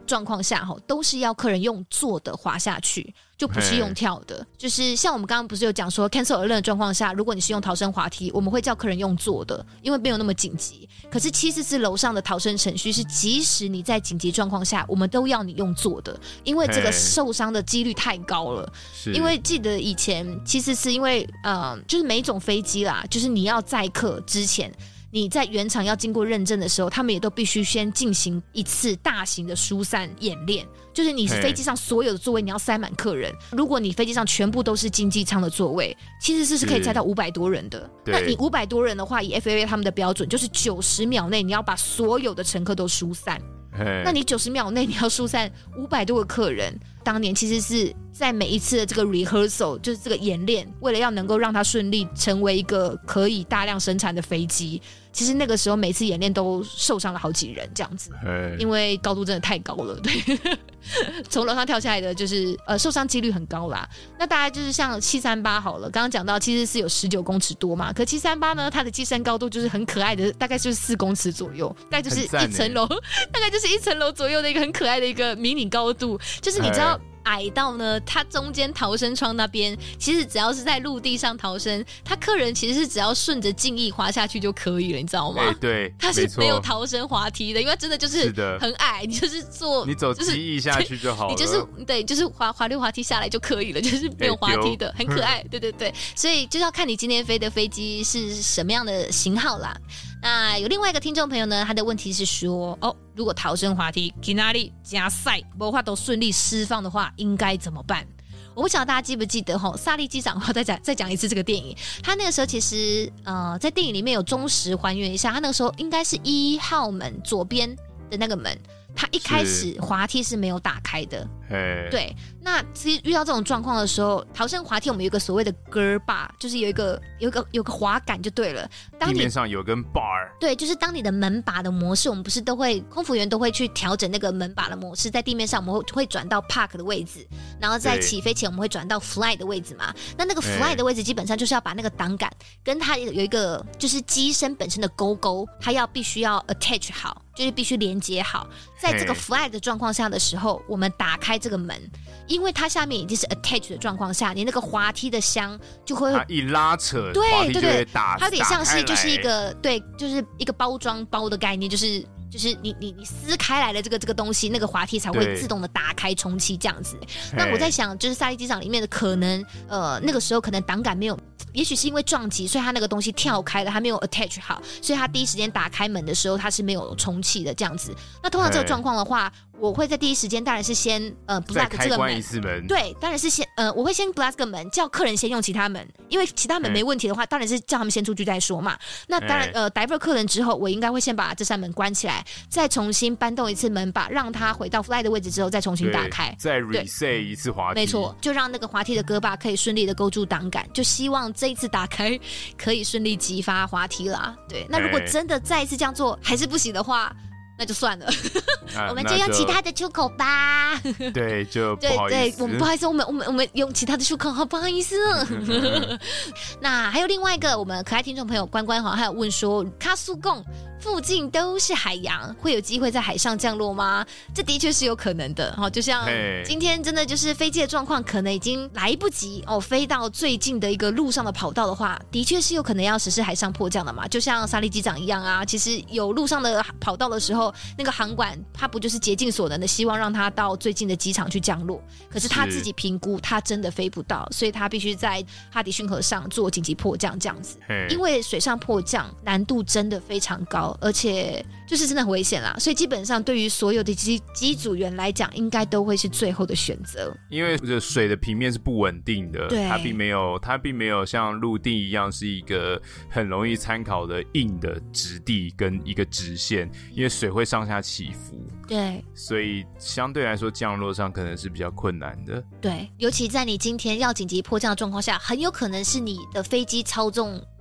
A: 状况下都是要客人用坐的滑下去，就不是用跳的。就是像我们刚刚不是有讲说 cancel alert 的状况下，如果你是用逃生滑梯，我们会叫客人用坐的，因为没有那么紧急。可是七四四楼上的逃生程序是即使你在紧急状况下，我们都要你用坐的，因为这个受伤的几率太高了。因为记得以前七四四因为呃就是每一种飞机啦，就是你要载客之前，你在原厂要经过认证的时候，他们也都必须先进行一次大型的疏散演练，就是你飞机上所有的座位你要塞满客人。如果你飞机上全部都是经济舱的座位，其实是是可以载到五百多人的。那你五百多人的话，以 F A A 他们的标准就是九十秒内你要把所有的乘客都疏散。那你九十秒内你要疏散五百多个客人，当年其实是在每一次的这个 rehearsal 就是这个演练，为了要能够让它顺利成为一个可以大量生产的飞机，其实那个时候每次演练都受伤了好几人这样子，因为高度真的太高了。对，从楼上跳下来的就是呃受伤几率很高啦。那大概就是像七三八好了，刚刚讲到其实是有十九公尺多嘛，可七三八呢它的机身高度就是很可爱的，大概就是四公尺左右，大概就是一层楼，大概就是一层楼左右的一个很可爱的一个迷你高度，就是你知道矮到呢它中间逃生窗那边，其实只要是在陆地上逃生，它客人其实是只要顺着襟翼滑下去就可以了，你知道吗？
B: 欸、对，
A: 它是没有逃生滑梯的，因为真的就是很矮，你就是坐
B: 你走机翼下去就好了，
A: 你就是对，就是滑滑溜滑梯下来就可以了，就是没有滑梯的，欸、很可爱。对对对，所以就是要看你今天飞的飞机是什么样的型号啦。那有另外一个听众朋友呢，他的问题是说，哦，如果逃生滑梯去哪里加塞没法都顺利释放的话，应该怎么办？我不晓得大家记不记得吼，萨利机长，我再讲再讲一次这个电影。他那个时候其实呃，在电影里面有忠实还原一下，他那个时候应该是一号门左边的那个门，他一开始滑梯是没有打开的。对，那其实遇到这种状况的时候，逃生滑梯我们有一个所谓的 gear bar， 就是有一个有一个有个滑杆就对了。当你
B: 地面上有根 bar，
A: 对，就是当你的门把的模式，我们不是都会空服员都会去调整那个门把的模式，在地面上我们会会转到 park 的位置，然后在起飞前我们会转到 fly 的位置嘛。那那个 fly 的位置基本上就是要把那个挡杆跟它有一个就是机身本身的勾勾，它要必须要 attach 好，就是必须连接好。在这个 fly 的状况下的时候，我们打开这个门，因为它下面已经是 attach 的状况下，你那个滑梯的箱就会
B: 它一拉扯，
A: 对
B: 滑梯就会打，
A: 它有点像是就是一个对，就是一个包装包的概念，就是就是你你你撕开来的这个这个东西，那个滑梯才会自动的打开重启这样子。那我在想，就是萨利机场里面的可能呃那个时候可能挡杆没有。也许是因为撞击，所以他那个东西跳开了，他没有 attach 好，所以他第一时间打开门的时候，他是没有重启的这样子。那通常这个状况的话，我会在第一时间当然是先呃 block 这个门，
B: 一次门，
A: 对，当然是先呃我会先 block 这个门，叫客人先用其他门，因为其他门没问题的话，当然是叫他们先出去再说嘛。那当然呃 divert 客人之后，我应该会先把这扇门关起来，再重新搬动一次门把，让它回到 fly 的位置之后再重新打开，
B: 再 reset 一次滑梯，
A: 没错，就让那个滑梯的歌把可以顺利的勾住挡杆，就希望这一次打开可以顺利激发滑梯啦。对，那如果真的再一次这样做还是不行的话，那就算了，啊、我们就用其他的出口吧。
B: 对，就不好意思，
A: 对对，我们不好意思，我们我们我们用其他的出口，好不好意思。那还有另外一个，我们可爱听众朋友关关好像还有问说，卡苏贡附近都是海洋，会有机会在海上降落吗？这的确是有可能的。就像今天真的就是飞机的状况，可能已经来不及哦，飞到最近的一个陆上的跑道的话，的确是有可能要实施海上迫降的嘛。就像萨利机长一样啊，其实有陆上的跑道的时候，那个航管他不就是竭尽所能的希望让他到最近的机场去降落，可是他自己评估他真的飞不到，所以他必须在哈迪逊河上做紧急迫降这样子。因为水上迫降难度真的非常高，而且就是真的很危险啦，所以基本上对于所有的机机组员来讲，应该都会是最后的选择。
B: 因为水的平面是不稳定的，它并没有它并没有像陆地一样是一个很容易参考的硬的质地跟一个直线，因为水会上下起伏，
A: 对，
B: 所以相对来说降落上可能是比较困难的。
A: 对，尤其在你今天要紧急迫降的状况下，很有可能是你的飞机操纵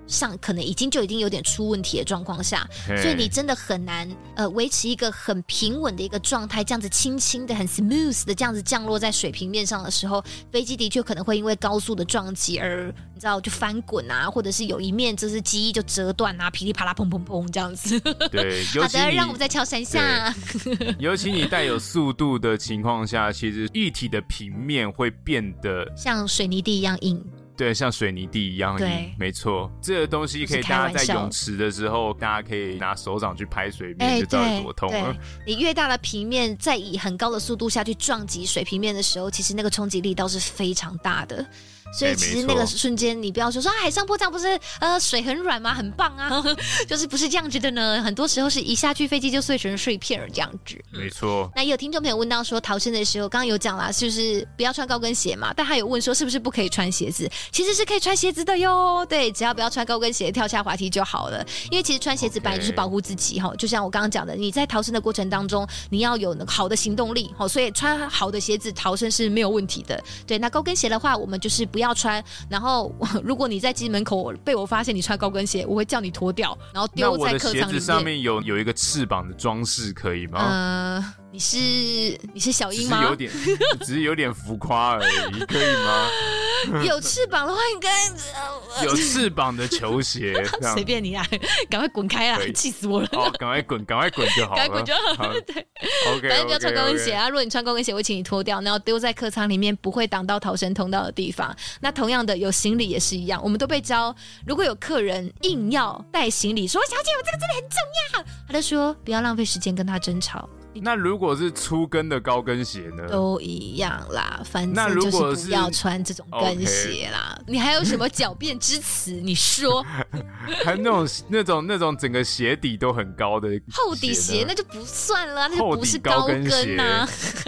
A: 上可能已经就已经有点出问题的状况下，所以你真的很难呃维持一个很平稳的一个状态，这样子轻轻的很 smooth 的这样子降落在水平面上的时候，飞机的确可能会因为高速的撞击而你知道就翻滚啊，或者是有一面就是机翼就折断啊，噼里啪啦砰砰砰这样子。
B: 对，
A: 好的，让我们再敲三下。
B: 尤其你带有速度的情况下，其实液体的平面会变得
A: 像水泥地一样硬。
B: 对，像水泥地一样硬，没错。这个东西可以大家在泳池的时候，大家可以拿手掌去拍水面，就知道有多痛了。
A: 你越大的平面，在以很高的速度下去撞击水平面的时候，其实那个冲击力道是非常大的。所以其实那个瞬间，你不要说说、啊、海上波这样不是呃水很软吗？很棒啊，就是不是这样子的呢？很多时候是一下去飞机就碎成碎片这样子。
B: 没错。
A: 那也有听众朋友问到说，逃生的时候，刚刚有讲啦，是不是不要穿高跟鞋嘛？但他有问说，是不是不可以穿鞋子？其实是可以穿鞋子的哟。对，只要不要穿高跟鞋跳下滑梯就好了。因为其实穿鞋子本来就是保护自己哈， okay. 就像我刚刚讲的，你在逃生的过程当中，你要有好的行动力，所以穿好的鞋子逃生是没有问题的。对，那高跟鞋的话，我们就是不要穿。然后如果你在机门口被我发现你穿高跟鞋，我会叫你脱掉，然后丢在客舱里面。
B: 那我的鞋子上面有有一个翅膀的装饰可以吗？
A: 呃，你是你是小鹰吗？
B: 只是有点，只是有点浮夸而已，可以吗？
A: 有翅膀的话，应该
B: 有翅膀的球鞋，
A: 随便你啊，赶快滚开啦！气死我了！
B: 哦，赶快滚，赶快滚就好了，
A: 赶快滚就好了。对
B: ，OK，
A: 反正不要穿高跟鞋啊。如果你穿高跟鞋，我会请你脱掉，然后丢在客舱里面不会挡到逃生通道的地方。那同样的，有行李也是一样，我们都被教，如果有客人硬要带行李，说小姐，我这个真的很重要，他就说不要浪费时间跟他争吵。
B: 那如果是粗跟的高跟鞋呢？
A: 都一样啦，反正就是不要穿这种跟鞋啦。你还有什么狡辩之词？你说？
B: 还那种那种那种整个鞋底都很高的
A: 厚底鞋，那就不算了，那就不是高跟啊。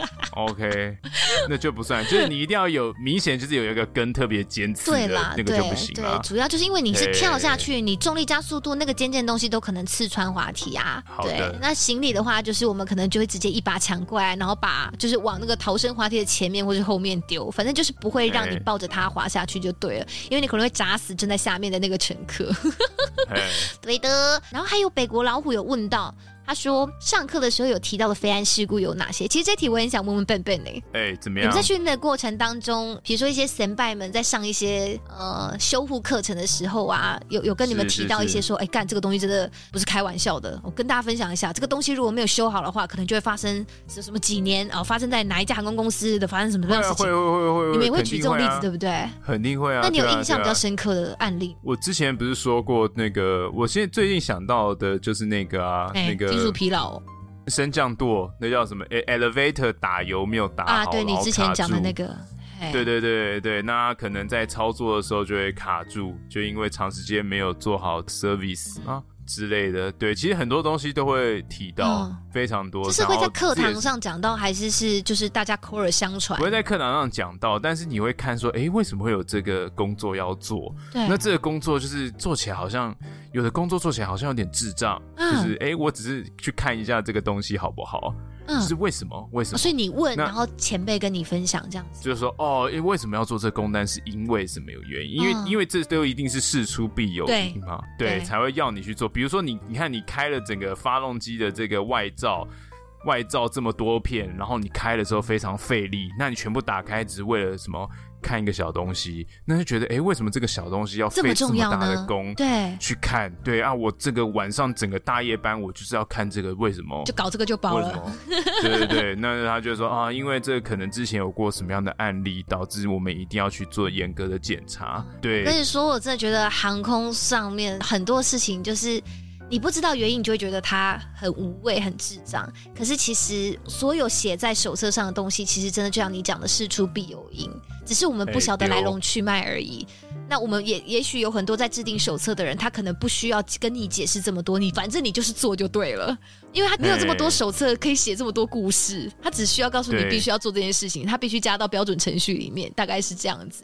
B: OK， 那就不算，就是你一定要有明显，就是有一个跟特别尖刺的，
A: 对啦，
B: 那个就不行啦。
A: 对，主要就是因为你是跳下去，你重力加速度，那个尖尖的东西都可能刺穿滑梯啊。对，那行李的话，就是我们可能就会直接一把抢过来，然后把就是往那个逃生滑梯的前面或是后面丢，反正就是不会让你抱着它滑下去就对了，因为你可能会砸死正在下面的那个乘客。对的。然后还有北国老虎有问到。他说上课的时候有提到的飞安事故有哪些？其实这题我很想问问笨笨欸。
B: 哎、欸，怎么样？
A: 你们在训练的过程当中，比如说一些前辈们在上一些呃修护课程的时候啊，有有跟你们提到一些说，哎，干这个东西真的不是开玩笑的。我跟大家分享一下，这个东西如果没有修好的话，可能就会发生什么几年啊、呃，发生在哪一家航空公司的，发生什么样的事情？
B: 会会会会会，
A: 你们也会举这种例子，对不对？
B: 肯定会啊。
A: 那你有印象比较深刻的案例？
B: 我之前不是说过那个，我现在最近想到的就是那个啊，欸、那个
A: 技术疲劳。
B: 升降舵那叫什么 ？elevator 打油没有打好
A: 啊？对，你之前讲的那个，
B: 对对对对，那可能在操作的时候就会卡住，就因为长时间没有做好 service 啊之类的。对，其实很多东西都会提到，嗯、非常多。
A: 这是会在课堂上讲到，还是是就是大家口耳相传？
B: 不会在课堂上讲到，但是你会看说，哎，为什么会有这个工作要做？
A: 对，
B: 那这个工作就是做起来好像。有的工作做起来好像有点智障，嗯、就是哎，我只是去看一下这个东西好不好？嗯，就是为什么？为什么？
A: 哦、所以你问，然后前辈跟你分享这样子，
B: 就是说哦，因为为什么要做这个工单？是因为什么有原因？因为、嗯、因为这都一定是事出必有因嘛，对，对才会要你去做。比如说你，你看你开了整个发动机的这个外罩。外罩这么多片，然后你开的时候非常费力，那你全部打开只是为了什么？看一个小东西，那就觉得哎，为什么这个小东西要费这么大的功？
A: 对，
B: 去看，对啊，我这个晚上整个大夜班，我就是要看这个，为什么？
A: 就搞这个就包了。
B: 对对对，那他就说啊，因为这个可能之前有过什么样的案例，导致我们一定要去做严格的检查。对，
A: 跟你说，我真的觉得航空上面很多事情就是。你不知道原因，你就会觉得它很无谓、很智障。可是其实所有写在手册上的东西，其实真的就像你讲的，事出必有因，只是我们不晓得来龙去脉而已。那我们也也许有很多在制定手册的人，他可能不需要跟你解释这么多，你反正你就是做就对了，因为他没有这么多手册可以写这么多故事，他只需要告诉你必须要做这件事情，他必须加到标准程序里面，大概是这样子。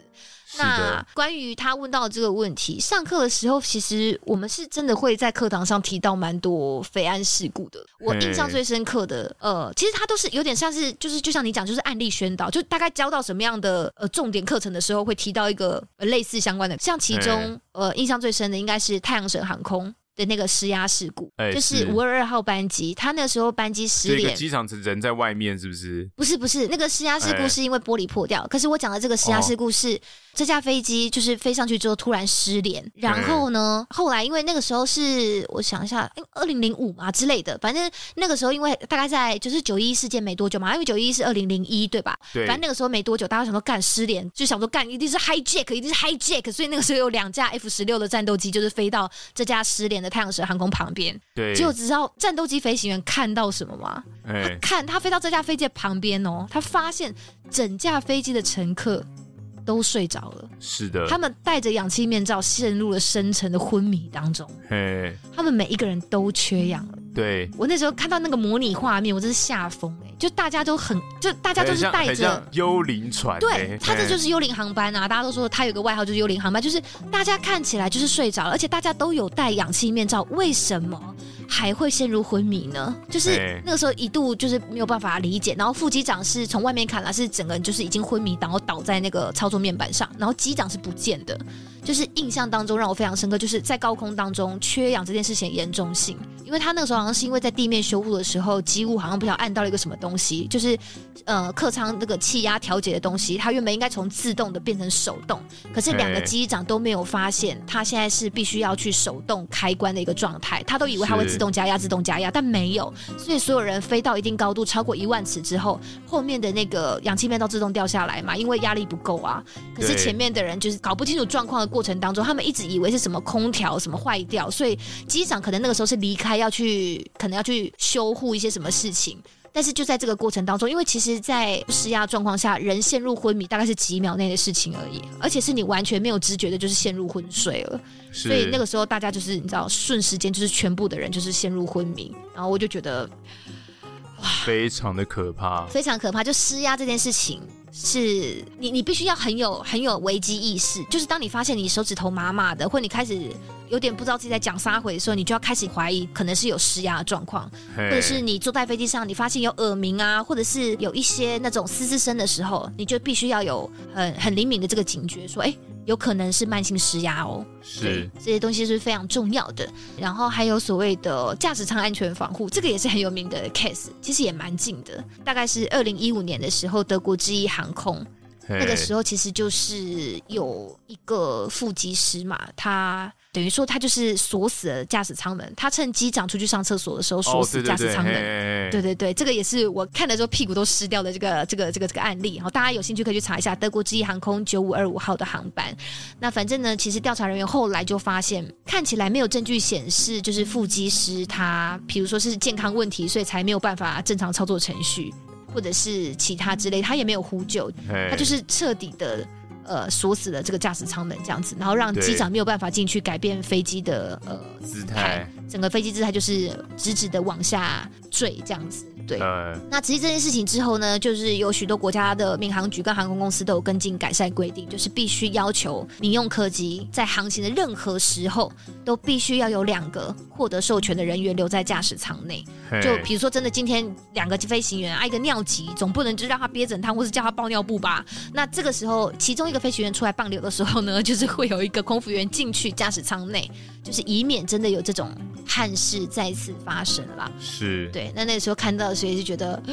A: 那关于他问到的这个问题，上课的时候其实我们是真的会在课堂上提到蛮多飞安事故的。我印象最深刻的呃，其实他都是有点像是就是就像你讲，就是案例宣导，就大概教到什么样的呃重点课程的时候会提到一个、呃、类似相关的，像其中呃印象最深的应该是太阳神航空的那个失压事故，欸、就是五二二号班机，他那时候班机失联，
B: 机场人在外面是不是？
A: 不是不是，那个失压事故是因为玻璃破掉，欸、可是我讲的这个失压事故是、哦、这架飞机就是飞上去之后突然失联，然后呢，欸、后来因为那个时候是我想一下，二零零五嘛之类的，反正那个时候因为大概在就是九一一事件没多久嘛，因为九一一是二零零一对吧？对，反正那个时候没多久，大家想说干失联，就想说干一定是 hijack， 一定是 hijack， 所以那个时候有两架 F 十六 的战斗机就是飞到这架失联的太阳神航空旁。旁边，对，结果知道战斗机飞行员看到什么吗？欸、他看他飞到这架飞机的旁边哦，他发现整架飞机的乘客都睡着了。是的，他们戴着氧气面罩，陷入了深沉的昏迷当中。嘿，他们每一个人都缺氧了。对，我那时候看到那个模拟画面，我真是吓疯哎！就大家都很，就大家都是带着
B: 幽灵船，
A: 对，他这就是幽灵航班啊！大家都说他有个外号就是幽灵航班，就是大家看起来就是睡着了，而且大家都有戴氧气面罩，为什么还会陷入昏迷呢？就是那个时候一度就是没有办法理解。然后副机长是从外面看来是整个人就是已经昏迷，然后倒在那个操作面板上，然后机长是不见的。就是印象当中让我非常深刻，就是在高空当中缺氧这件事情的严重性，因为他那个时候好像是因为在地面修护的时候，机务好像不晓得按到了一个什么东西，就是呃客舱那个气压调节的东西，它原本应该从自动的变成手动，可是两个机长都没有发现，他现在是必须要去手动开关的一个状态，他都以为他会自动加压、自动加压，但没有，所以所有人飞到一定高度，超过一万尺之后，后面的那个氧气面罩自动掉下来嘛，因为压力不够啊，可是前面的人就是搞不清楚状况的过程当中，他们一直以为是什么空调什么坏掉，所以机长可能那个时候是离开要去可能要去修护一些什么事情，但是就在这个过程当中，因为其实在失压状况下人陷入昏迷大概是几秒内的事情而已，而且是你完全没有知觉的就是陷入昏睡了，所以那个时候大家就是你知道瞬时间就是全部的人就是陷入昏迷，然后我就觉得
B: 非常的可怕，
A: 非常可怕，就失压这件事情是你你必须要很有很有危机意识，就是当你发现你手指头麻麻的，或你开始有点不知道自己在讲啥回的时候，你就要开始怀疑可能是有失压的状况，或者是你坐在飞机上你发现有耳鸣啊，或者是有一些那种嘶嘶声的时候，你就必须要有很很灵敏的这个警觉，说哎，有可能是慢性失压哦。是，这些东西是非常重要的。然后还有所谓的驾驶舱安全防护，这个也是很有名的 case， 其实也蛮近的，大概是二零一五年的时候，德国之翼航空。那个时候其实就是有一个副机师嘛，他等于说他就是锁死了驾驶舱门，他趁机长出去上厕所的时候锁死驾驶舱门。哦、对, 对, 对, 对对对，这个也是我看的时候屁股都湿掉的这个这个这个这个案例。然后大家有兴趣可以去查一下德国之翼航空九五二五号的航班。那反正呢，其实调查人员后来就发现，看起来没有证据显示就是副机师他，比如说是健康问题，所以才没有办法正常操作程序。或者是其他之类，他也没有呼救，他就是彻底的呃锁死了这个驾驶舱门这样子，然后让机长没有办法进去改变飞机的呃姿态，整个飞机姿态就是直直的往下坠这样子。对，呃、那其实这件事情之后呢，就是有许多国家的民航局跟航空公司都有跟进改善规定，就是必须要求民用客机在航行的任何时候都必须要有两个获得授权的人员留在驾驶舱内。就比如说真的今天两个飞行员啊，一个尿急，总不能就让他憋整汤或是叫他包尿布吧？那这个时候其中一个飞行员出来棒流的时候呢，就是会有一个空服员进去驾驶舱内，就是以免真的有这种憾事再次发生啦。是，对，那那个时候看到的时候也是觉得，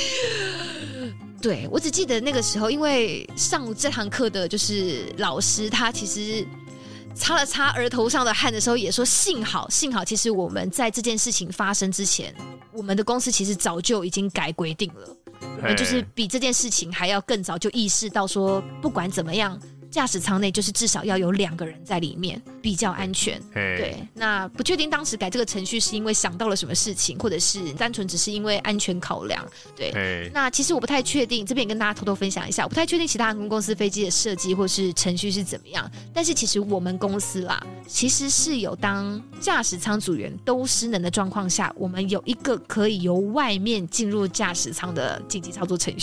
A: 对，我只记得那个时候，因为上这堂课的就是老师，他其实擦了擦额头上的汗的时候，也说幸好，幸好，其实我们在这件事情发生之前，我们的公司其实早就已经改规定了，我们就是比这件事情还要更早就意识到说，不管怎么样。驾驶舱内就是至少要有两个人在里面比较安全。对，那不确定当时改这个程序是因为想到了什么事情，或者是单纯只是因为安全考量。对，那其实我不太确定，这边也跟大家偷偷分享一下，我不太确定其他航空公司飞机的设计或是程序是怎么样，但是其实我们公司啦，其实是有当驾驶舱组员都失能的状况下，我们有一个可以由外面进入驾驶舱的紧急操作程序。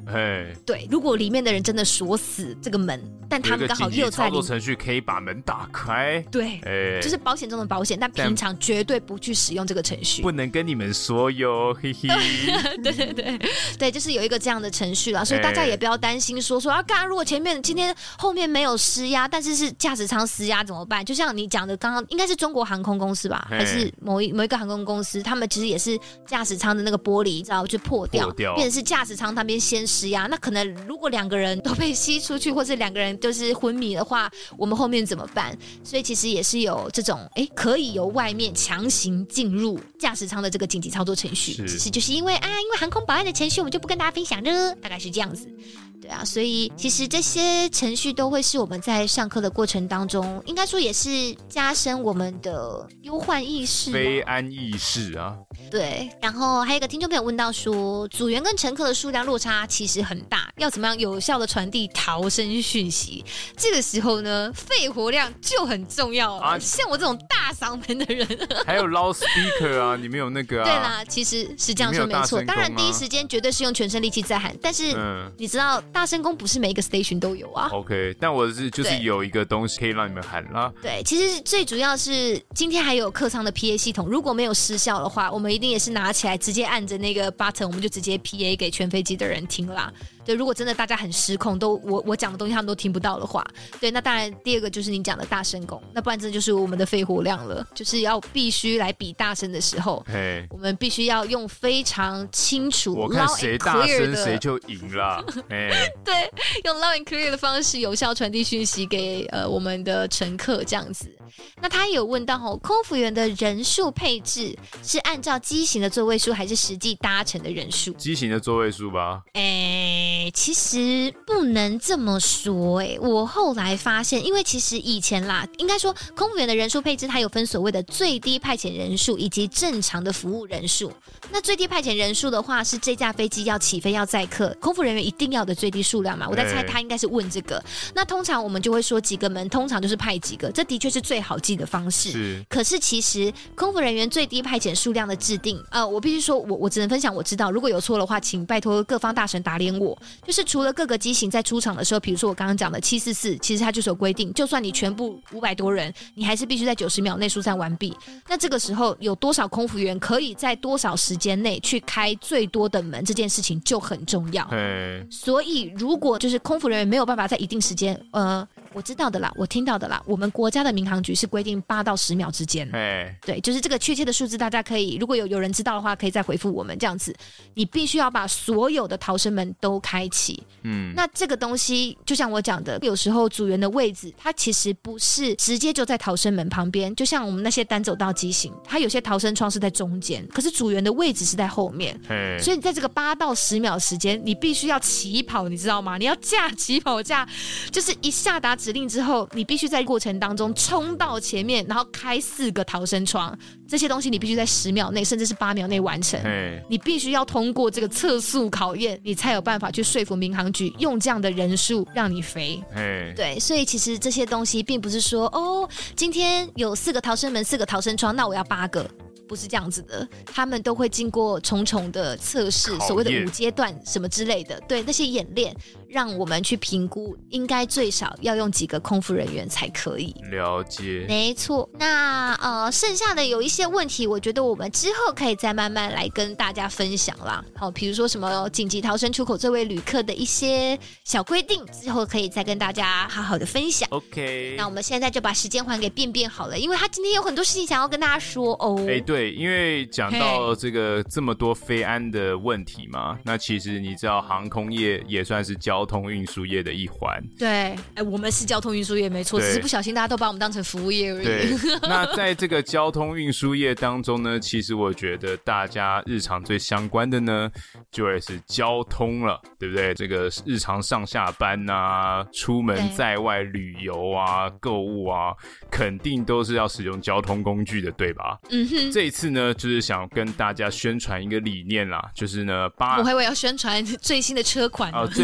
A: 对，如果里面的人真的锁死这个门，但他们刚好又在里面，
B: 有一个紧急操作程序可以把门打开。
A: 对，就是保险中的保险，但平常绝对不去使用这个程序，
B: 不能跟你们说哟，嘿嘿。
A: 对对对对，就是有一个这样的程序啦，所以大家也不要担心说说啊，刚刚如果前面今天后面没有施压，但是是驾驶舱施压怎么办？就像你讲的，刚刚应该是中国航空公司吧，还是某一某一个航空公司，他们其实也是驾驶舱的那个玻璃，知道就破掉，破掉变成是驾驶舱那边先施压。那可能如果两个人都被吸出去，或是两个人都是昏迷的话，我们后面怎么办？所以其实也是有这种哎，可以由外面强行进入驾驶舱的这个紧急操作程序，只是就是因为啊，因为航空保安的程序，我们就不跟大家分享了，大概是这样子。对啊，所以其实这些程序都会是我们在上课的过程当中，应该说也是加深我们的忧患意识、
B: 非安意识啊。
A: 对，然后还有一个听众朋友问到说，组员跟乘客的数量落差其实很大，要怎么样有效的传递逃生讯息？这个时候呢，肺活量就很重要了。啊、像我这种大嗓门的人，
B: 还有 loudspeaker 啊，你们有那个啊？
A: 对啦，其实是这样说没错。当然第一时间绝对是用全身力气在喊，但是、嗯、你知道。大声公不是每一个 station 都有啊。
B: OK， 但我是就是有一个东西可以让你们喊啦。
A: 对，其实最主要是今天还有客舱的 P A 系统，如果没有失效的话，我们一定也是拿起来直接按着那个 button， 我们就直接 P A 给全飞机的人听啦。对，如果真的大家很失控，都我我讲的东西他们都听不到的话，对，那当然第二个就是你讲的大声公，那不然这就是我们的肺活量了，就是要必须来比大声的时候，我们必须要用非常清楚，
B: 我看谁大声谁就赢了，
A: 对，用 loud and clear 的方式有效传递讯息给呃我们的乘客这样子。那他也有问到哦，空服员的人数配置是按照机型的座位数还是实际搭乘的人数？
B: 机型的座位数吧。
A: 哎，其实不能这么说哎，我后来发现，因为其实以前啦，应该说空服员的人数配置，它有分所谓的最低派遣人数以及正常的服务人数。那最低派遣人数的话，是这架飞机要起飞要载客，空服人员一定要的最低数量嘛。我在猜他应该是问这个。那通常我们就会说几个门，通常就是派几个，这的确是最好记的方式。
B: 是。
A: 可是其实空服人员最低派遣数量的制定，呃，我必须说我我只能分享我知道，如果有错的话，请拜托各方大神打脸我。就是除了各个机型在出场的时候，比如说我刚刚讲的七四四，其实它就是有规定，就算你全部五百多人，你还是必须在九十秒内疏散完毕。那这个时候有多少空服员可以在多少时间内去开最多的门，这件事情就很重要。所以如果就是空服人员没有办法在一定时间，呃。我知道的啦，我听到的啦，我们国家的民航局是规定八到十秒之间。对，就是这个确切的数字，大家可以如果有有人知道的话，可以再回复我们这样子。你必须要把所有的逃生门都开启。嗯，那这个东西就像我讲的，有时候组员的位置，它其实不是直接就在逃生门旁边，就像我们那些单走道机型，它有些逃生窗是在中间，可是组员的位置是在后面。所以你在这个八到十秒时间，你必须要起跑，你知道吗？你要架起跑架，就是一下达指令之后，你必须在过程当中冲到前面，然后开四个逃生窗，这些东西你必须在十秒内甚至是八秒内完成。你必须要通过这个测速考验，你才有办法去说服民航局用这样的人数让你飞。对，所以其实这些东西并不是说哦，今天有四个逃生门四个逃生窗，那我要八个，不是这样子的，他们都会经过重重的测试，所谓的五阶段什么之类的，对，那些演练让我们去评估应该最少要用几个空服人员才可以。
B: 了解，
A: 没错。那呃，剩下的有一些问题，我觉得我们之后可以再慢慢来跟大家分享啦。好，比如说什么紧急逃生出口座位旅客的一些小规定，之后可以再跟大家好好的分享。
B: OK，
A: 那我们现在就把时间还给便便好了，因为他今天有很多事情想要跟大家说哦。
B: 哎，对。对，因为讲到这个这么多飞安的问题嘛，那其实你知道航空业也算是交通运输业的一环。
A: 对，哎，我们是交通运输业没错，只是不小心大家都把我们当成服务业而已。
B: 对，那在这个交通运输业当中呢，其实我觉得大家日常最相关的呢，就会是交通了，对不对？这个日常上下班啊，出门在外旅游啊，购物啊，肯定都是要使用交通工具的，对吧？嗯哼，这一次呢，就是想跟大家宣传一个理念啦，就是呢，八
A: 我还以为要宣传最新的车款
B: 啊、呃，最新的车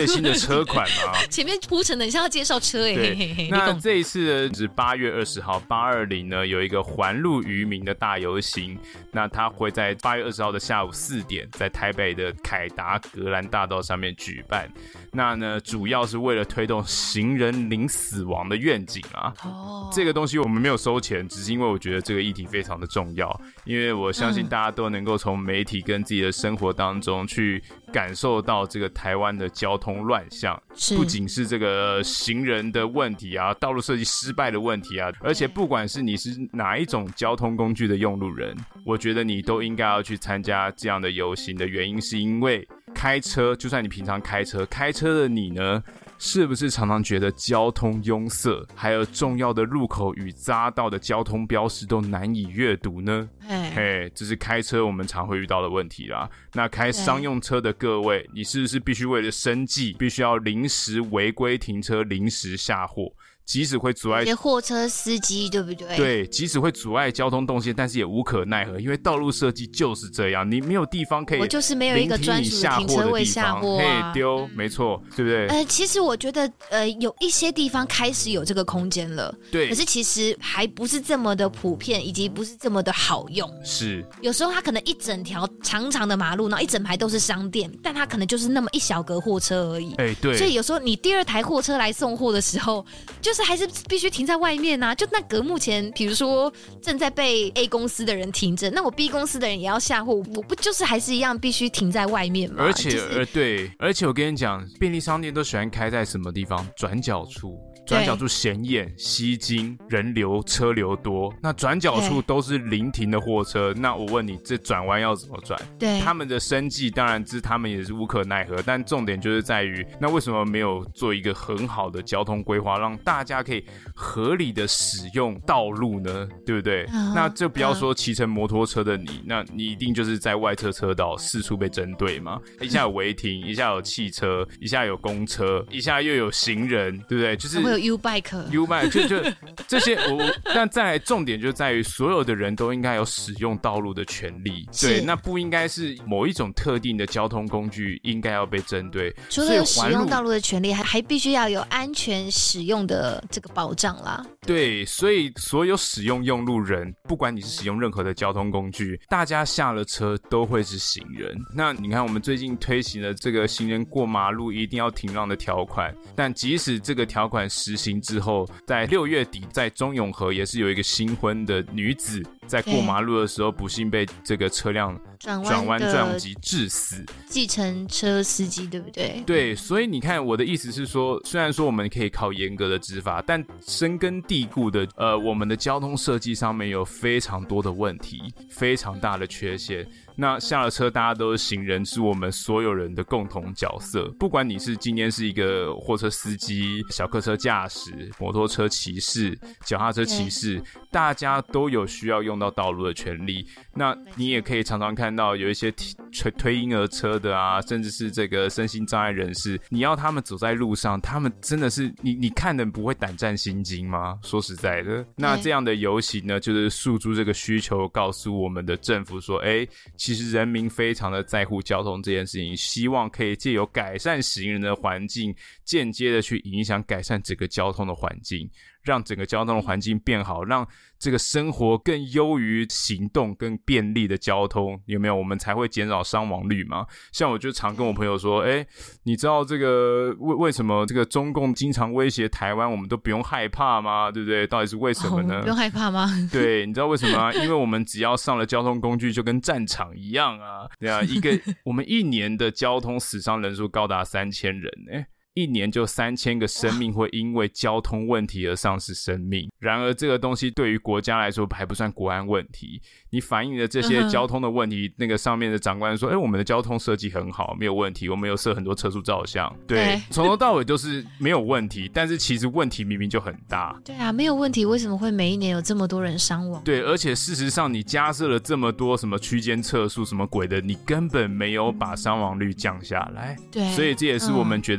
B: 车款嘛。
A: 前面铺陈的很像要介绍车哎。
B: 对，那这一次呢是八月二十号，八二零呢有一个环路渔民的大游行，那它会在八月二十号的下午四点，在台北的凯达格兰大道上面举办。那呢，主要是为了推动行人零死亡的愿景啊。哦，这个东西我们没有收钱，只是因为我觉得这个议题非常的重要，因为我相信大家都能够从媒体跟自己的生活当中去感受到这个台湾的交通乱象，不仅是这个行人的问题啊，道路设计失败的问题啊，而且不管是你是哪一种交通工具的用路人，我觉得你都应该要去参加这样的游行的原因，是因为开车，就算你平常开车，开车的你呢，是不是常常觉得交通拥塞，还有重要的路口与匝道的交通标识都难以阅读呢？嘿，这是开车我们常会遇到的问题啦。那开商用车的各位，你是不是必须为了生计，必须要临时违规停车，临时下货？即使会阻碍一
A: 些货车司机，对不对？
B: 对，即使会阻碍交通动线，但是也无可奈何，因为道路设计就是这样，你没有地方可以，
A: 我就是没有一个专属的停车位下货
B: 啊，丢、嗯，没错，对不对？
A: 呃，其实我觉得，呃，有一些地方开始有这个空间了，
B: 对，
A: 可是其实还不是这么的普遍，以及不是这么的好用。
B: 是，
A: 有时候它可能一整条长长的马路，然后一整排都是商店，但它可能就是那么一小格货车而已。
B: 哎，对，
A: 所以有时候你第二台货车来送货的时候，就是还是必须停在外面啊，就那格目前，比如说正在被 A 公司的人停着，那我 B 公司的人也要下货，我不就是还是一样必须停在外面吗？
B: 而且，
A: 就是、
B: 呃，对，而且我跟你讲，便利商店都喜欢开在什么地方？转角处。转角处显眼、吸睛，人流车流多，那转角处都是临停的货车，那我问你，这转弯要怎么转？
A: 对，
B: 他们的生计当然是他们也是无可奈何，但重点就是在于，那为什么没有做一个很好的交通规划，让大家可以合理的使用道路呢？对不对？嗯、那就不要说骑乘摩托车的你，那你一定就是在外侧车道四处被针对嘛，一下有违停，一下有汽车，一下有公车，一下又有行人，对不对？就是。U-Bike，U-Bike 就就这些，我但再来重点就在于所有的人都应该有使用道路的权利，对，那不应该是某一种特定的交通工具应该要被针对。
A: 除了有使用道路的权利，还还必须要有安全使用的这个保障啦。
B: 对，所以所有使用用路人，不管你是使用任何的交通工具，大家下了车都会是行人。那你看，我们最近推行了这个行人过马路一定要停让的条款，但即使这个条款实行之后，在六月底，在中永和也是有一个新婚的女子在过马路的时候，不幸被这个车辆转弯撞击致死。
A: 计程车司机对不对？
B: 对，所以你看，我的意思是说，虽然说我们可以靠严格的执法，但深根蒂固的，呃，我们的交通设计上面有非常多的问题，非常大的缺陷。那下了车，大家都是行人，是我们所有人的共同角色。不管你是今天是一个货车司机、小客车驾驶、摩托车骑士、脚踏车骑士，大家都有需要用到道路的权利。那你也可以常常看到有一些推推婴儿车的啊，甚至是这个身心障碍人士，你要他们走在路上，他们真的是你你看的不会胆战心惊吗？说实在的，那这样的游行呢，就是诉诸这个需求，告诉我们的政府说，哎，其实人民非常的在乎交通这件事情，希望可以借由改善行人的环境，间接的去影响改善整个交通的环境，让整个交通的环境变好，让这个生活更优于行动更便利的交通，有没有？我们才会减少伤亡率嘛。像我就常跟我朋友说，哎，你知道这个为为什么这个中共经常威胁台湾，我们都不用害怕吗？对不对？到底是为什么呢？
A: 哦、不用害怕吗？
B: 对，你知道为什么吗？因为我们只要上了交通工具，就跟战场一样啊。对啊，一个我们一年的交通死伤人数高达三千人，哎。一年就三千个生命会因为交通问题而丧失生命。然而这个东西对于国家来说还不算国安问题，你反映的这些交通的问题、嗯、那个上面的长官说，哎，我们的交通设计很好，没有问题，我们有设很多车速照相，对，从头到尾都是没有问题，但是其实问题明明就很大。
A: 对啊，没有问题，为什么会每一年有这么多人伤亡？
B: 对，而且事实上你加设了这么多什么区间测速什么鬼的，你根本没有把伤亡率降下来。
A: 对，
B: 所以这也是我们觉得很吊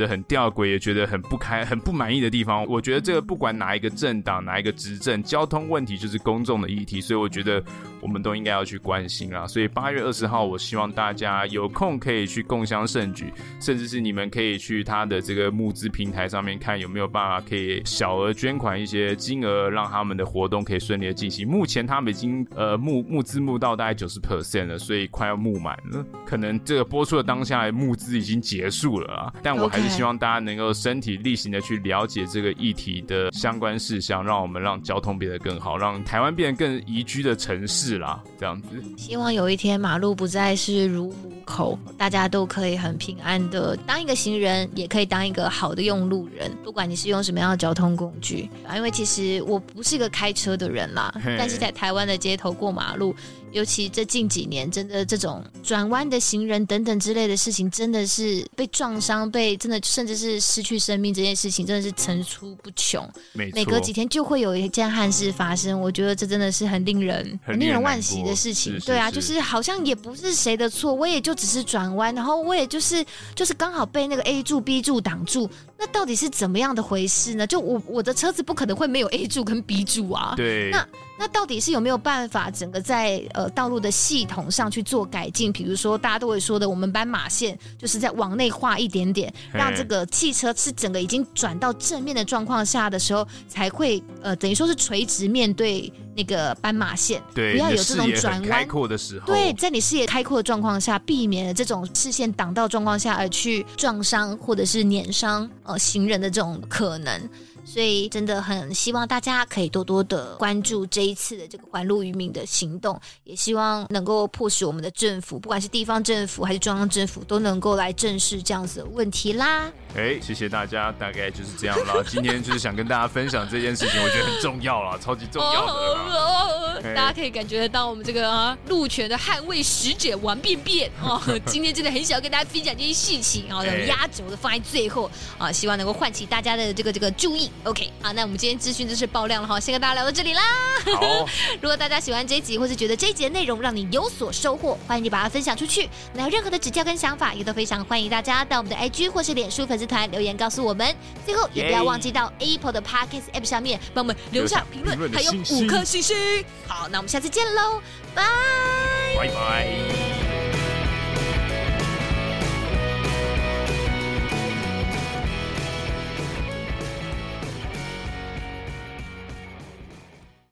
B: 轨，也觉得很不开、很不满意的地方。我觉得这个不管哪一个政党、哪一个执政，交通问题就是公众的议题，所以我觉得我们都应该要去关心啦。所以八月二十号，我希望大家有空可以去共襄盛举，甚至是你们可以去他的这个募资平台上面看有没有办法可以小额捐款一些金额，让他们的活动可以顺利的进行。目前他们已经呃募募资募到大概 百分之九十 了，所以快要募满了。可能这个播出的当下募资已经结束了啊，但我还是希望大家能够身体力行的去了解这个议题的相关事项，让我们让交通变得更好，让台湾变得更宜居的城市啦，这样子。
A: 希望有一天马路不再是如虎口，大家都可以很平安的当一个行人，也可以当一个好的用路人，不管你是用什么样的交通工具。因为其实我不是一个开车的人啦，但是在台湾的街头过马路，尤其这近几年，真的这种转弯的行人等等之类的事情，真的是被撞伤，被真的甚至是失去生命这件事情，真的是层出不穷。每隔几天就会有一件憾事发生，我觉得这真的是很令人很令人惋惜的事情。对啊，就是好像也不是谁的错，我也就只是转弯，然后我也就是就是刚好被那个 A 柱 B 柱挡住，那到底是怎么样的回事呢？就我我的车子不可能会没有 A 柱跟 B 柱啊。
B: 对，
A: 那那到底是有没有办法整个在呃道路的系统上去做改进？比如说大家都会说的，我们斑马线就是在往内画一点点，让这个汽车是整个已经转到正面的状况下的时候，才会呃等于说是垂直面对那个斑马线，
B: 对，
A: 不要有这种转弯
B: 开阔的时候，
A: 对，在你视野开阔的状况下，避免了这种视线挡到状况下而去撞伤或者是碾伤呃行人的这种可能。所以真的很希望大家可以多多的关注这一次的这个还路于民的行动，也希望能够迫使我们的政府，不管是地方政府还是中央政府，都能够来正视这样子的问题啦。
B: 哎，谢谢大家，大概就是这样啦。今天就是想跟大家分享这件事情，我觉得很重要啦，超级重要的啦。
A: 哦哦、大家可以感觉得到我们这个、啊、路权的捍卫使者王便便哦，今天真的很想要跟大家分享这些事情啊，压轴的放在最后啊，希望能够唤起大家的这个这个注意。OK， 好，那我们今天资讯就是爆量了哈，先跟大家聊到这里啦。
B: 好，
A: 如果大家喜欢这一集，或是觉得这一集的内容让你有所收获，欢迎你把它分享出去。那有任何的指教跟想法，也都非常欢迎大家到我们的 I G 或是脸书粉丝团留言告诉我们。最后也不要忘记到 Apple 的 Podcast App 上面帮我们留下评论，还有五颗星星。好，那我们下次见喽，拜
B: 拜拜。